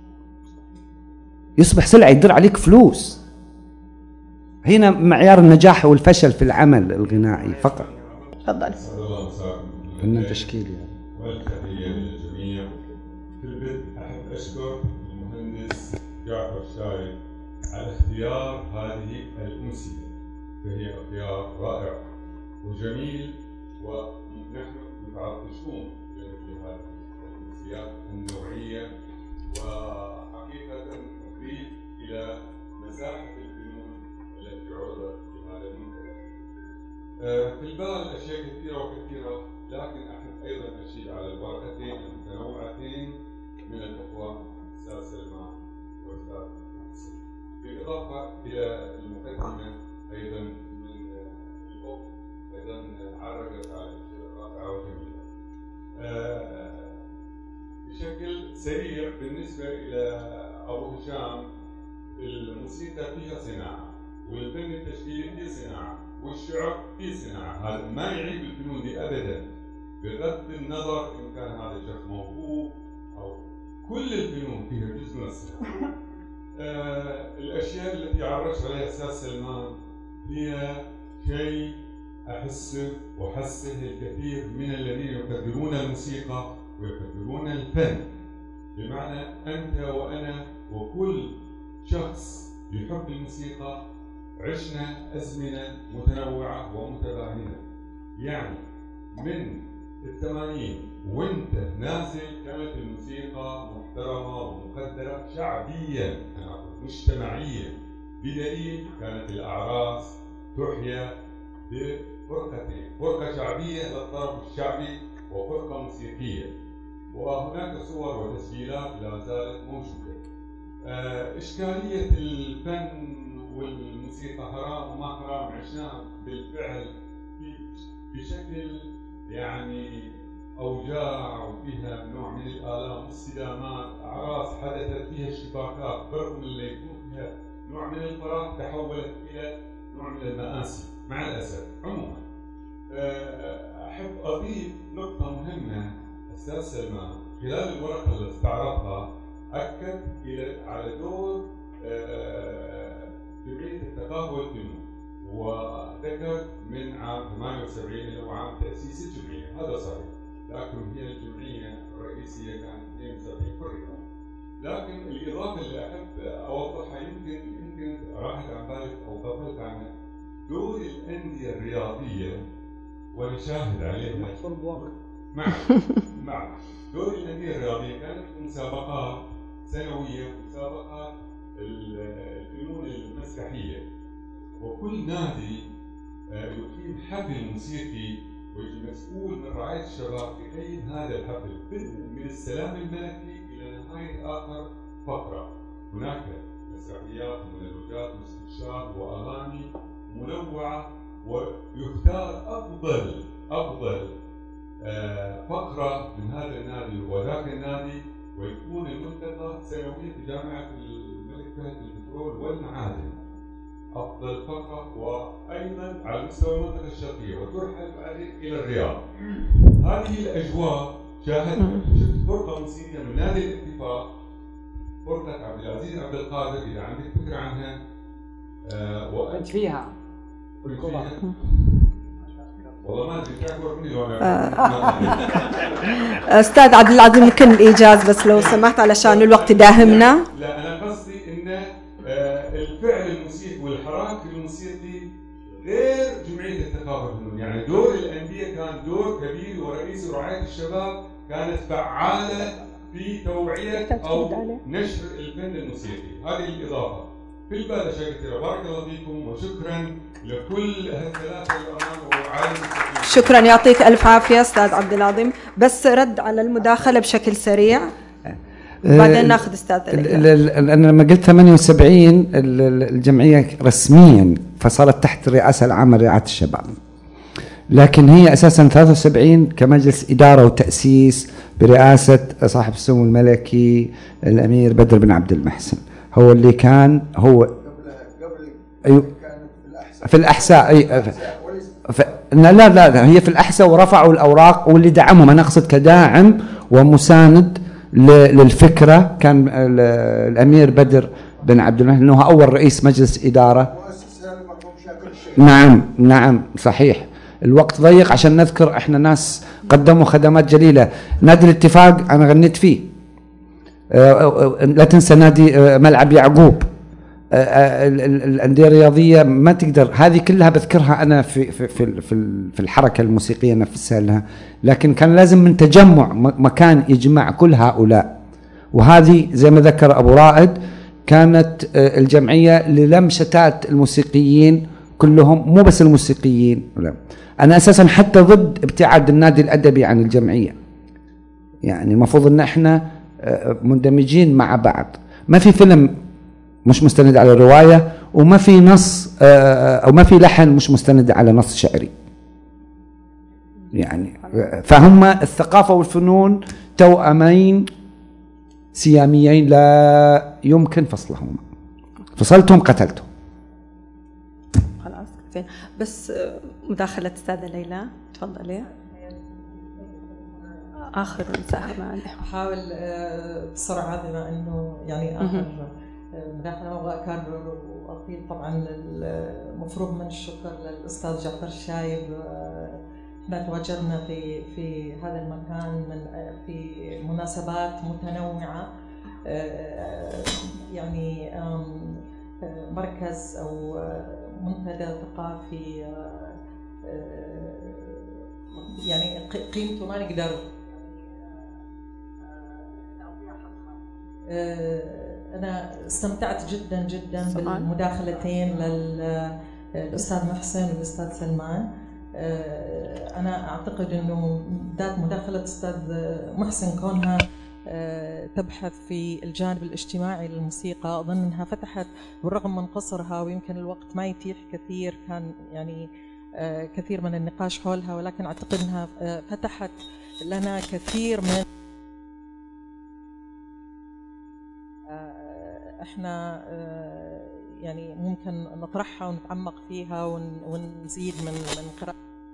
يصبح سلعة يدر عليك فلوس. هنا معيار النجاح والفشل في العمل الغنائي فقط. تفضل. فنان تشكيلي. والتحية للجميع. في البدء أحب أشكر المهندس جعفر شايب على اختيار هذه الموسيقى، فهي اختيار رائع وجميل ونحن متعطشون لمثل هذه الجنسيات النوعية، وحقيقة نضيف إلى مساحة الفنون التي عرضت في هذا المنتدى. في البال أشياء كثيرة وكثيرة، لكن أحب أيضا أشيد على الورقتين المتنوعتين من الأخوة أستاذ سلمان وأستاذ محسن، بالإضافة إلى المقدمة أيضا من الأخت أيضا عرجت على أشياء رائعة وجميلة. بشكل سريع بالنسبة إلى أبو هشام، الموسيقى فيها صناعة، والفن التشكيلي فيه صناعة، والشعر فيه صناعة. هذا ما يعيب الفنون دي أبدا، بغض النظر إن كان هذا الشخص موهوب أو كل الفنون فيها جزء من الصناعة. آه الأشياء التي عرجت عليها أستاذ سلمان هي شيء أحسه وحسه الكثير من الذين يقدرون الموسيقى ويقدرون الفن، بمعنى أنت وأنا وكل شخص يحب الموسيقى عشنا أزمنة متنوعة ومتباينة. يعني من الثمانين وانت نازل كانت الموسيقى محترمة ومقدرة شعبيا، أنا أقول مجتمعيا، بدليل كانت الأعراس تحيا بفرقتين، فرقة شعبية للطرب الشعبي وفرقة موسيقية، وهناك صور وتسجيلات لا زالت موجودة. إشكالية الفن والموسيقى حرام وما حرام عشناها بالفعل بشكل يعني أوجاع وفيها نوع من الآلام والصدامات، أعراس حدثت فيها اشتباكات، برغم اللي يكون فيها نوع من الفرح تحولت إلى نوع من المآسي مع الأسف. عموما أحب أضيف نقطة مهمة. أستاذ سلمان خلال الورقة اللي استعرضها أكد إلى على دور جمعية الثقافة والفنون، وذكر من عام ثمانية وسبعين إلى عام تأسيس الجمعية، هذا صحيح، لكن هي الجمعية الرئيسية كانت اثنين وسبعين فرقة. لكن الإضافة اللي أحب أوضحها يمكن يمكن راحت عن بالك أو غفلت عنها، دور الأندية الرياضية ونشاهد عليها مع مع دور الأندية الرياضية. كانت مسابقات سنوية، مسابقات الفنون المسرحية، وكل نادي يقيم حفل موسيقي ويجي مسؤول من رعاية الشباب يقيم هذا الحفل من السلام الملكي إلى نهاية آخر فقرة. هناك مسرحيات ومونولوجات واستشهاد وأغاني منوعة، ويختار أفضل أفضل فقرة من هذا النادي وذاك النادي، ويكون الملتقى سنويا في جامعة الملك فهد للبترول والمعادن أفضل فقرة، وأيضا على مستوى المنطقة الشرقية، وترحل بعدين إلى الرياض. هذه الأجواء شاهدت، شفت فرقة موسيقية من نادي الاتفاق، فرقة عبد العزيز عبد القادر، إذا عندك فكرة عنها. آه وأنت فيها فيها والله ما ادري تعرف مني لو استاذ عبد العظيم يمكن الايجاز بس لو سمحت علشان الوقت داهمنا. لا انا قصدي ان الفعل الموسيقي والحراك الموسيقي غير جمعيه الثقافه والفنون، يعني دور الانديه كان دور كبير ورئيس ورعايه الشباب كانت فعاله في توعيه او نشر الفن الموسيقي. هذه الاضافه في البال اشياء كثيره. بارك الله فيكم وشكرا لكل هالثلاثه الامام وعالم. شكرا، يعطيك الف عافيه استاذ عبد العظيم. بس رد على المداخله بشكل سريع بعدين ناخذ استاذ. انا لما قلت ثمانية وسبعين الجمعيه رسميا فصارت تحت الرئاسه العامه لرعايه الشباب، لكن هي اساسا ثلاثة وسبعين كمجلس اداره وتاسيس برئاسه صاحب السمو الملكي الامير بدر بن عبد المحسن، هو اللي كان هو قبل قبل في الأحساء. أي ف... لا لا لا هي في الأحساء، ورفعوا الأوراق واللي دعمهم، أنا أقصد كداعم ومساند ل... للفكرة كان ال... الأمير بدر بن عبد المحسن، أنه أول رئيس مجلس إدارة. نعم نعم صحيح. الوقت ضيق عشان نذكر احنا ناس قدموا خدمات جليلة. نادي الاتفاق أنا غنيت فيه، لا تنسى نادي ملعب يعقوب، الأندية الرياضية ما تقدر، هذه كلها بذكرها أنا في في في في الحركة الموسيقية نفسها لها، لكن كان لازم من تجمع مكان يجمع كل هؤلاء. وهذه زي ما ذكر أبو رائد كانت الجمعية للم شتات الموسيقيين كلهم، مو بس الموسيقيين. أنا أساسا حتى ضد ابتعاد النادي الأدبي عن الجمعية، يعني المفروض أن احنا مندمجين مع بعض. ما في فيلم مش مستند على رواية، وما في نص أو ما في لحن مش مستند على نص شعري، يعني فهم الثقافة والفنون توأمين سياميين لا يمكن فصلهما، فصلتهم قتلتهم. خلاص زين، بس مداخلة أستاذة ليلى تفضلي. آخر مساهمة. أحاول بسرعة بما أنه يعني آخر مداخلة كان وأطيل طبعا المفروض من الشكر للأستاذ جعفر الشايب. احنا تواجدنا في في هذا المكان من في مناسبات متنوعة، يعني مركز أو منتدى ثقافي يعني قيمته ما نقدر. أنا استمتعت جدا جدا بالمداخلتين للأستاذ محسن والأستاذ سلمان. أنا أعتقد أنه ذات مداخلة أستاذ محسن كونها تبحث في الجانب الاجتماعي للموسيقى، أظن أنها فتحت بالرغم من قصرها ويمكن الوقت ما يتيح كثير، كان يعني كثير من النقاش حولها، ولكن أعتقد أنها فتحت لنا كثير من احنا يعني ممكن نطرحها ونتعمق فيها ونزيد من من قراءة.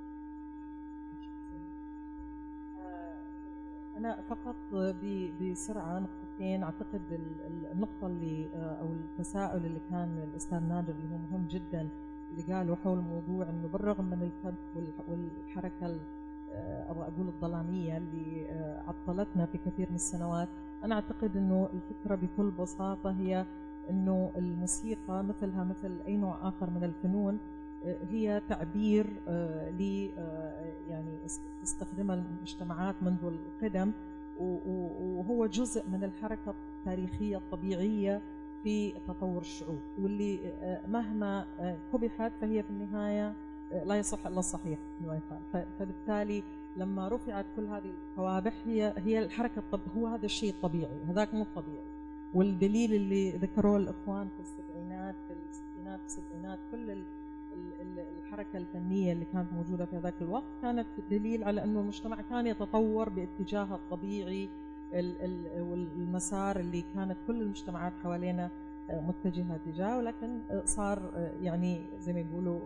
أنا فقط بسرعة نقطتين. أعتقد النقطة اللي أو التساؤل اللي كان الأستاذ نادر اللي هو مهم جدا اللي قاله حول موضوع إنه بالرغم من الكبت والحركة أبغى أقول الظلامية اللي عطلتنا في كثير من السنوات، أنا أعتقد إنه الفكرة بكل بساطة هي إنه الموسيقى مثلها مثل أي نوع آخر من الفنون هي تعبير ل يعني استخدمها المجتمعات منذ القدم، وهو جزء من الحركة التاريخية الطبيعية في تطور الشعوب، واللي مهما قبحت فهي في النهاية لا يصح إلا الصحيح كما يقال. فبالتالي لما رفعت كل هذه القوابح هي هي الحركة الطب هو هذا الشيء الطبيعي، هذاك مو الطبيعي. والدليل اللي ذكروه الإخوان في السبعينات في الستينات في السبعينات كل الحركة الفنية اللي كانت موجودة في ذاك الوقت كانت دليل على أنه المجتمع كان يتطور باتجاه الطبيعي والمسار اللي كانت كل المجتمعات حوالينا متجهة تجاهه، ولكن صار يعني زي ما يقولوا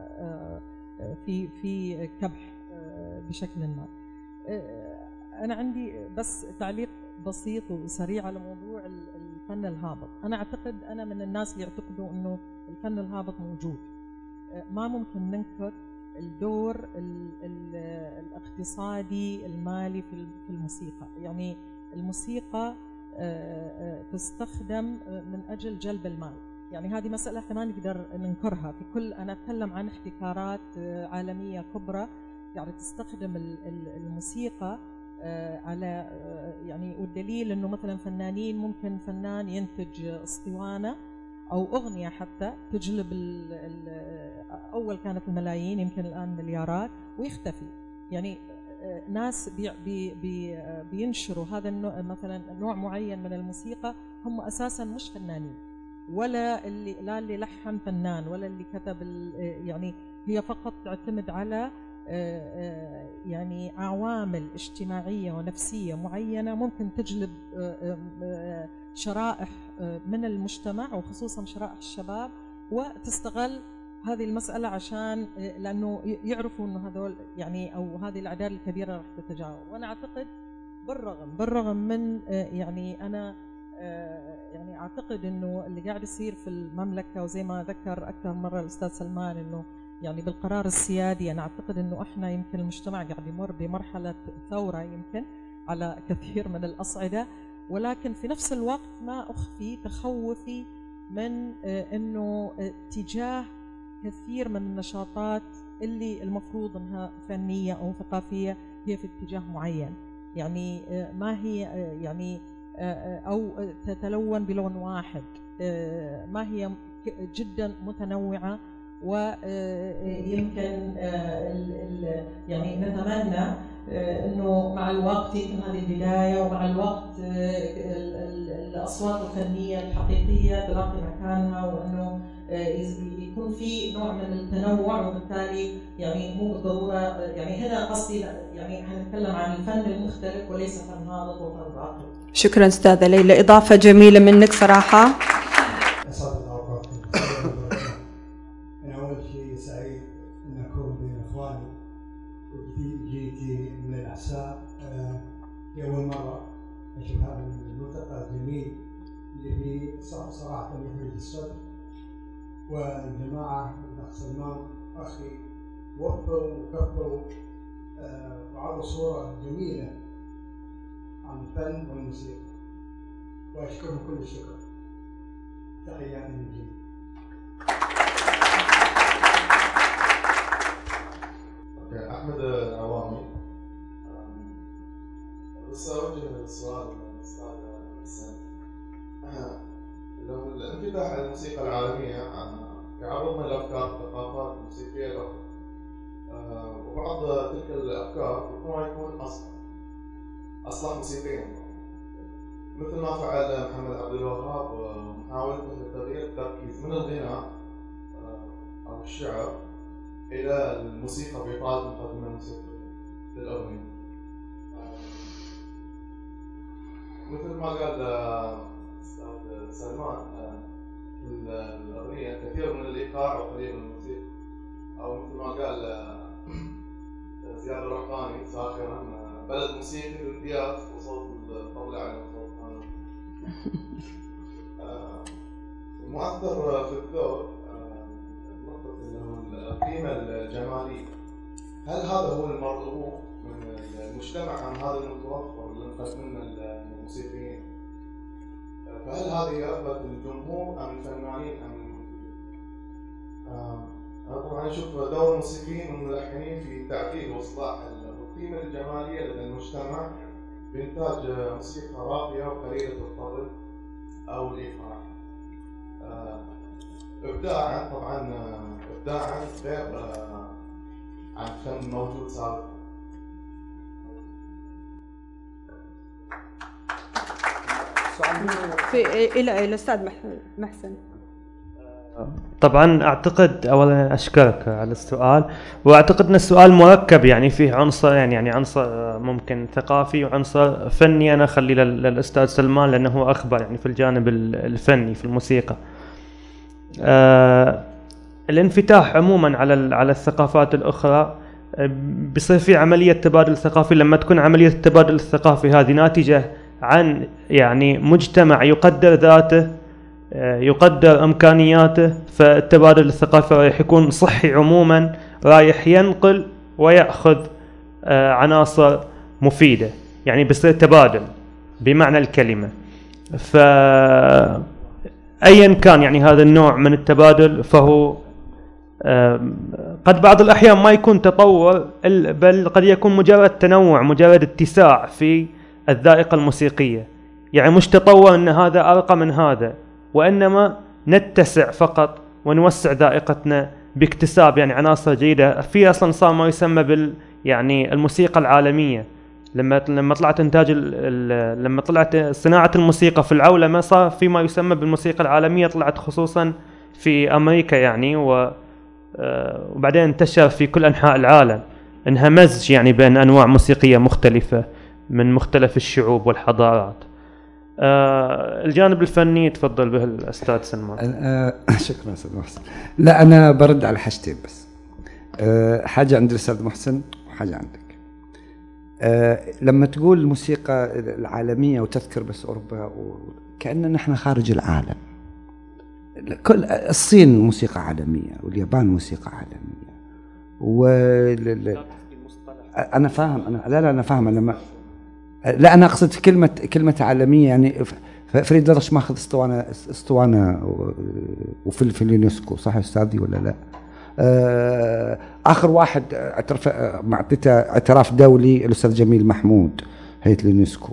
في في كبح بشكل ما. أنا عندي بس تعليق بسيط وسريع على موضوع الفن الهابط. أنا أعتقد أنا من الناس اللي يعتقدوا أنه الفن الهابط موجود. ما ممكن ننكر الدور ال ال الاقتصادي المالي في الموسيقى. يعني الموسيقى تستخدم من أجل جلب المال، يعني هذه مسألة احنا ما نقدر ننكرها. في كل أنا أتكلم عن احتكارات عالمية كبرى يعني تستخدم الموسيقى على يعني، والدليل انه مثلا فنانين ممكن فنان ينتج اسطوانة او اغنية حتى تجلب ال ال اول كانت الملايين يمكن الان مليارات ويختفي. يعني ناس بي بي بي بينشروا هذا النوع مثلا نوع معين من الموسيقى هم اساسا مش فنانين، ولا اللي لا اللي لحن فنان ولا اللي كتب، يعني هي فقط تعتمد على يعني عوامل اجتماعية ونفسية معينة ممكن تجلب شرائح من المجتمع وخصوصا شرائح الشباب، وتستغل هذه المسألة عشان لأنه يعرفوا أنه هذول يعني أو هذه الأعداد الكبيرة راح تتجاوب. وأنا أعتقد بالرغم بالرغم من يعني أنا يعني أعتقد أنه اللي قاعد يصير في المملكة وزي ما ذكر أكثر مرة الأستاذ سلمان أنه يعني بالقرار السيادي، أنا أعتقد أنه إحنا يمكن المجتمع قاعد يمر بمرحلة ثورة يمكن على كثير من الأصعدة، ولكن في نفس الوقت ما أخفي تخوفي من انه اتجاه كثير من النشاطات اللي المفروض انها فنيه او ثقافيه هي في اتجاه معين، يعني ما هي يعني او تتلون بلون واحد، ما هي جدا متنوعه. ويمكن يعني نتمنى انه مع الوقت يكون هذه البدايه، ومع الوقت الاصوات الفنيه الحقيقيه تلاقي مكانها، وانه يكون في نوع من التنوع، وبالتالي يعني مو بالضروره، يعني هنا قصدي يعني حنتكلم عن الفن المختلف وليس فن هابط وفن راقي. شكرا استاذه ليلى، اضافه جميله منك صراحه. اسعد الله اوقاتكم. انا اول شيء سعيد ان اكون بين اخواني، وجيتي من الاحساء في اول مره اشوف هذا الملتقى الجميل اللي فيه صراحه يخرج الصدر. والجماعه الاخ سلمان اخي وفوا وكفوا وعطوا صوره جميله عن الفن والموسيقى، واشكرهم كل الشكر. تحياتي من جديد. أحمد العوامي. بس أوجه السؤال للأستاذ حسن. لو الانفتاح على الموسيقى العالمية يعرضنا لأفكار الثقافات الموسيقية الأخرى، وبعض تلك الأفكار ربما يكون أصلا أصلا موسيقيا، مثل ما فعل محمد عبد الوهاب محاولته لتغيير التركيز من الغناء أو الشعر إلى الموسيقى بإطار مقدمة موسيقية للأغنية. مثل ما قال أستاذ سلمان في الأغنية كثير من الإيقاع وقليل من الموسيقى، أو مثل ما قال زياد الرحماني ساخرا بلد موسيقي بالامتياز وصوت الطبلة على صوت القانون. المؤثر في الذوق القيمة الجمالية، هل هذا هو المطلوب من المجتمع أم هذا المتوفر اللي نقدمه للموسيقيين؟ فهل هذه رغبة الجمهور أم الفنانين أم المنتجين؟ أنا طبعا أشوف دور الموسيقيين والملحنين في تعديل وإصلاح القيمة الجمالية لدى المجتمع بإنتاج موسيقى راقية وقليلة الطرب أو الإيقاع. إبداعا طبعا إبداعا غير عن فن موجود سابقا. في إلى الأستاذ محسن. طبعا اعتقد اولا اشكرك على السؤال، واعتقد ان السؤال مركب، يعني فيه عنصر يعني يعني عنصر ممكن ثقافي وعنصر فني. انا اخلي للاستاذ سلمان لانه هو اخبر يعني في الجانب الفني في الموسيقى. آه الانفتاح عموما على على الثقافات الاخرى بيصير في عمليه تبادل ثقافي. لما تكون عمليه التبادل الثقافي هذه ناتجه عن يعني مجتمع يقدر ذاته، يقدر إمكانياته، فالتبادل الثقافي رايح يكون صحي عموما، رايح ينقل ويأخذ عناصر مفيدة، يعني بيصير تبادل بمعنى الكلمة. فأيا كان يعني هذا النوع من التبادل فهو قد بعض الأحيان ما يكون تطور، بل قد يكون مجرد تنوع، مجرد اتساع في الذائقة الموسيقية. يعني مش تطور أن هذا أرقى من هذا، وإنما نتسع فقط ونوسع ذائقتنا باكتساب يعني عناصر جيدة. في أصلا صار ما يسمى بال يعني الموسيقى العالمية. لما لما طلعت إنتاج لما طلعت صناعة الموسيقى في العولمة صار في ما يسمى بالموسيقى العالمية، طلعت خصوصا في أمريكا يعني، وبعدين انتشر في كل أنحاء العالم. إنها مزج يعني بين أنواع موسيقية مختلفة من مختلف الشعوب والحضارات. آه الجانب الفني تفضل به الأستاذ سلمان. آه شكرا أستاذ محسن. لا أنا برد على حاجتين بس. آه حاجة عند الأستاذ محسن وحاجة عندك. آه لما تقول الموسيقى العالمية وتذكر بس أوروبا، كأننا نحن خارج العالم. كل الصين موسيقى عالمية، واليابان موسيقى عالمية، وال أنا فاهم. أنا لا لا أنا فاهم. أنا ما لا أنا أقصد كلمة كلمة عالمية يعني فريد الأطرش ماخذ اسطوانة اسطوانة وفي في اليونسكو، صح أستاذي ولا لا؟ آخر واحد اعترف معطيته اعتراف دولي الأستاذ جميل محمود هيئة اليونسكو.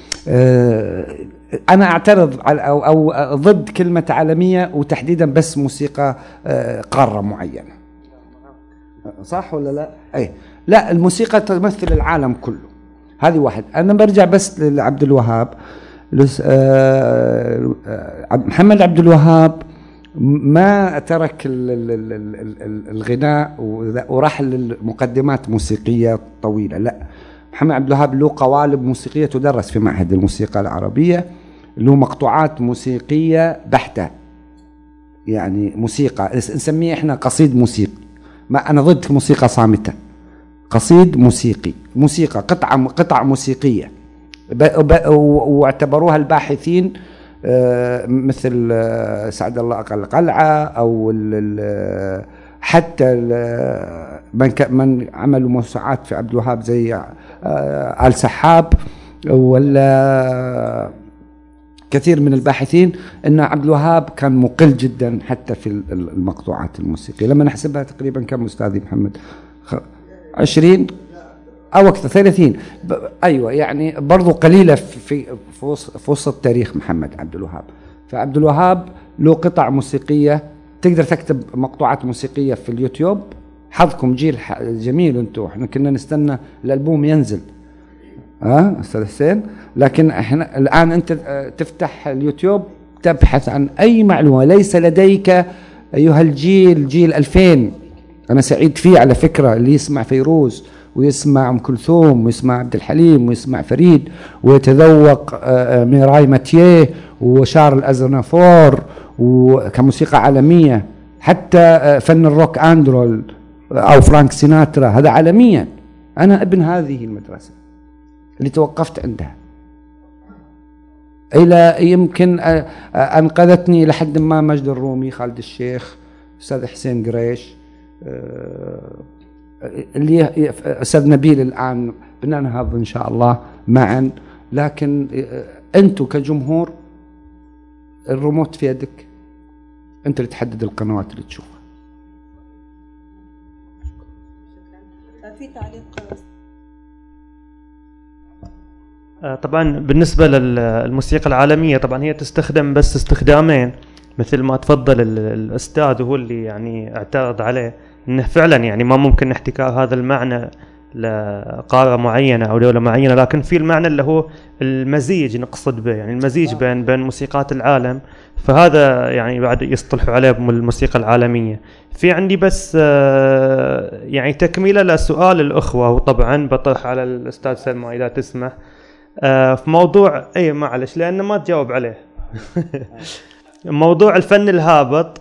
أنا أعترض على أو, أو ضد كلمة عالمية وتحديدا بس موسيقى قارة معينة، صح ولا لا؟ أي لا، الموسيقى تمثل العالم كله، هذه واحد. أنا برجع بس لعبد الوهاب. محمد عبد الوهاب ما ترك الغناء وراح للمقدمات موسيقية طويلة، لا، محمد عبد الوهاب له قوالب موسيقية تدرس في معهد الموسيقى العربية، له مقطوعات موسيقية بحتة، يعني موسيقى نسميه احنا قصيد موسيقي. ما أنا ضد موسيقى صامتة، قصيد موسيقي، موسيقى قطعة قطع موسيقية، واعتبروها الباحثين مثل سعد الله أقل قلعة أو حتى من من عملوا موسوعات في عبد الوهاب زي آل سحاب ولا كثير من الباحثين، أن عبد الوهاب كان مقل جدا حتى في المقطوعات الموسيقية. لما نحسبها تقريبا كم أستاذي محمد؟ عشرين أو أكثر، ثلاثين، أيوة، يعني برضو قليلة في في وسط تاريخ محمد عبد الوهاب. فعبد الوهاب له قطع موسيقية، تقدر تكتب مقطوعات موسيقية في اليوتيوب. حظكم جيل جميل أنتم، إحنا كنا نستنى الألبوم ينزل، ها أستاذ حسين، لكن إحنا الآن أنت تفتح اليوتيوب تبحث عن أي معلومة. ليس لديك أيها الجيل جيل ألفين، أنا سعيد فيه على فكرة، اللي يسمع فيروز ويسمع أم كلثوم ويسمع عبد الحليم ويسمع فريد ويتذوق ميراي ماتيه وشارل أزنافور وكموسيقى عالمية، حتى فن الروك أندرول أو فرانك سيناترا، هذا عالميا. أنا ابن هذه المدرسة اللي توقفت عندها، إلى يمكن أنقذتني لحد ما مجد الرومي، خالد الشيخ، أستاذ حسين قريش، اللي أستاذ نبيل. الآن بننهض إن شاء الله معا، لكن أنتوا كجمهور الريموت في يدك، أنت اللي تحدد القنوات اللي تشوفها. في تعليق؟ طبعا بالنسبة للموسيقى العالمية طبعا هي تستخدم بس استخدامين، مثل ما تفضل الأستاذ وهو اللي يعني اعترض عليه انه فعلا يعني ما ممكن احتكار هذا المعنى لقارة معينة او دولة معينة، لكن في المعنى اللي هو المزيج نقصد به، يعني المزيج بين بين موسيقات العالم، فهذا يعني بعد يصطلحوا عليه بالموسيقى العالمية. في عندي بس يعني تكملة لسؤال الأخوة، وطبعا بطرح على الأستاذ سلمى إذا تسمح، في موضوع اي معلش لأنه ما تجاوب عليه موضوع الفن الهابط.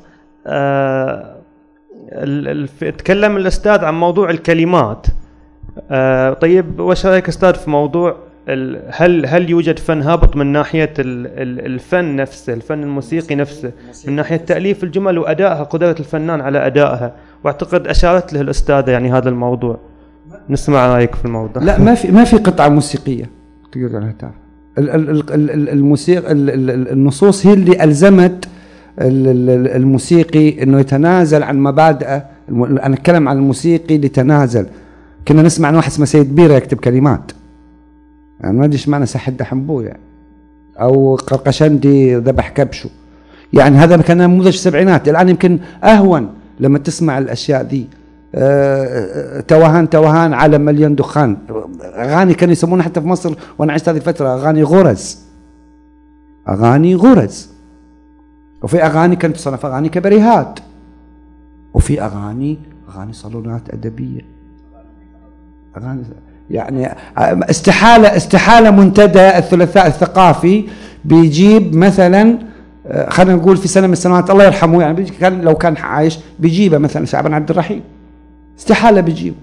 تكلم الأستاذ عن موضوع الكلمات. آه طيب وش رأيك أستاذ في موضوع هل هل يوجد فن هابط من ناحية الفن نفسه، الفن الموسيقي نفسه، من ناحية تأليف الجمل وأدائها، قدرة الفنان على أدائها؟ واعتقد أشارت له الأستاذة يعني هذا الموضوع، نسمع رأيك في الموضوع. لا، ما في ما في قطعة موسيقية تقدر عليها تعرف. الموسيقى النصوص هي اللي ألزمت الموسيقي انه يتنازل عن مبادئه. انا اتكلم عن الموسيقي اللي تنازل. كنا نسمع عن واحد اسمه سيد بيرة يكتب كلمات، يعني ما ادري ايش معنى سحد حنبو يعني، او قرقشندي ذبح كبشه، يعني هذا كان نموذج السبعينات. الان يمكن اهون لما تسمع الاشياء ذي. أه توهان توهان عالم مليون دخان، اغاني كانوا يسمونها حتى في مصر وانا عشت هذه الفتره اغاني غرز، اغاني غرز. وفي أغاني كانت تصنف أغاني كبريهات، وفي أغاني أغاني صالونات أدبية، أغاني يعني استحالة استحالة منتدى الثلاثاء الثقافي بيجيب مثلا، خلينا نقول في سنة من السنوات الله يرحمه يعني كان لو كان عايش بيجيبه مثلا شعبان عبد الرحيم، استحالة بيجيبه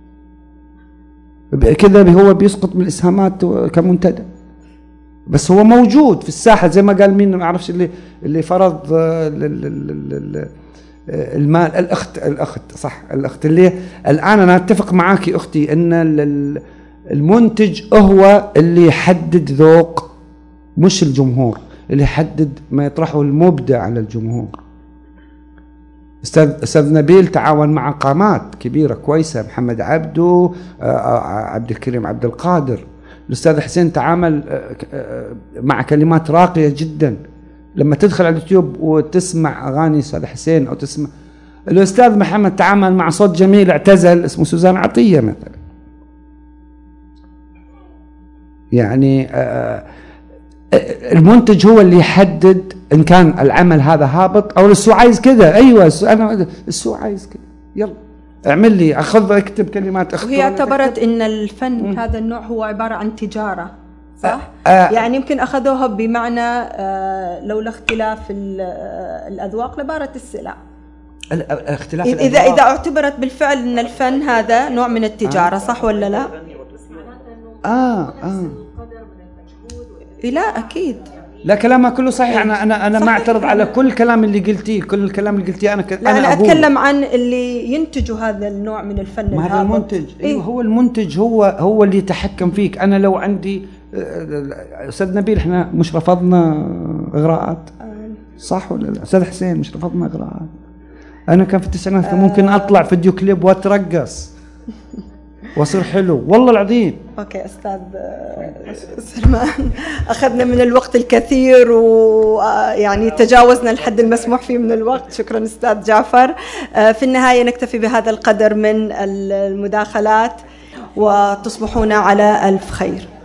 كذا، هو بيسقط من الإسهامات كمنتدى، بس هو موجود في الساحة زي ما قال مين ما أعرفش اللي اللي فرض المال، الأخت الأخت صح الأخت اللي الآن أنا أتفق معاك أختي أن المنتج هو اللي يحدد ذوق مش الجمهور. اللي يحدد ما يطرحه المبدع على الجمهور. استاذ استاذ نبيل تعاون مع قامات كبيره كويسه، محمد عبده، عبد الكريم عبد القادر. الاستاذ حسين تعامل مع كلمات راقيه جدا. لما تدخل على اليوتيوب وتسمع اغاني استاذ حسين او تسمع الاستاذ محمد تعامل مع صوت جميل اعتزل اسمه سوزان عطيه مثلا. يعني المنتج هو اللي يحدد ان كان العمل هذا هابط او السوق عايز كذا. ايوه انا السوق عايز كذا، يلا اعمل لي، اخذ اكتب كلمات. وهي اعتبرت ان الفن م. هذا النوع هو عباره عن تجاره، صح؟ آه آه يعني يمكن اخذوها بمعنى آه لولا اختلاف الاذواق لبارت السلع. اختلاف اذا الأذواق. اذا اعتبرت بالفعل ان الفن هذا نوع من التجاره، صح ولا لا؟ اه اه لا اكيد لا، كلامها كله صحيح. انا انا انا ما اعترض على كل كلام اللي قلتيه، كل الكلام اللي قلتيه انا ك... لا انا, أنا اتكلم عن اللي ينتجوا هذا النوع من الفن. ما هذا المنتج. إيه؟ ايوه هو المنتج، هو هو اللي يتحكم فيك. انا لو عندي استاذ نبيل احنا مش رفضنا اغراءات، صح ولا لا؟ استاذ حسين مش رفضنا اغراءات. انا كان في التسعينات آه ممكن اطلع فيديو كليب واترقص واصير حلو والله العظيم. اوكي استاذ سلمان، اخذنا من الوقت الكثير ويعني تجاوزنا الحد المسموح فيه من الوقت. شكرا استاذ جعفر. في النهايه نكتفي بهذا القدر من المداخلات وتصبحون على الف خير.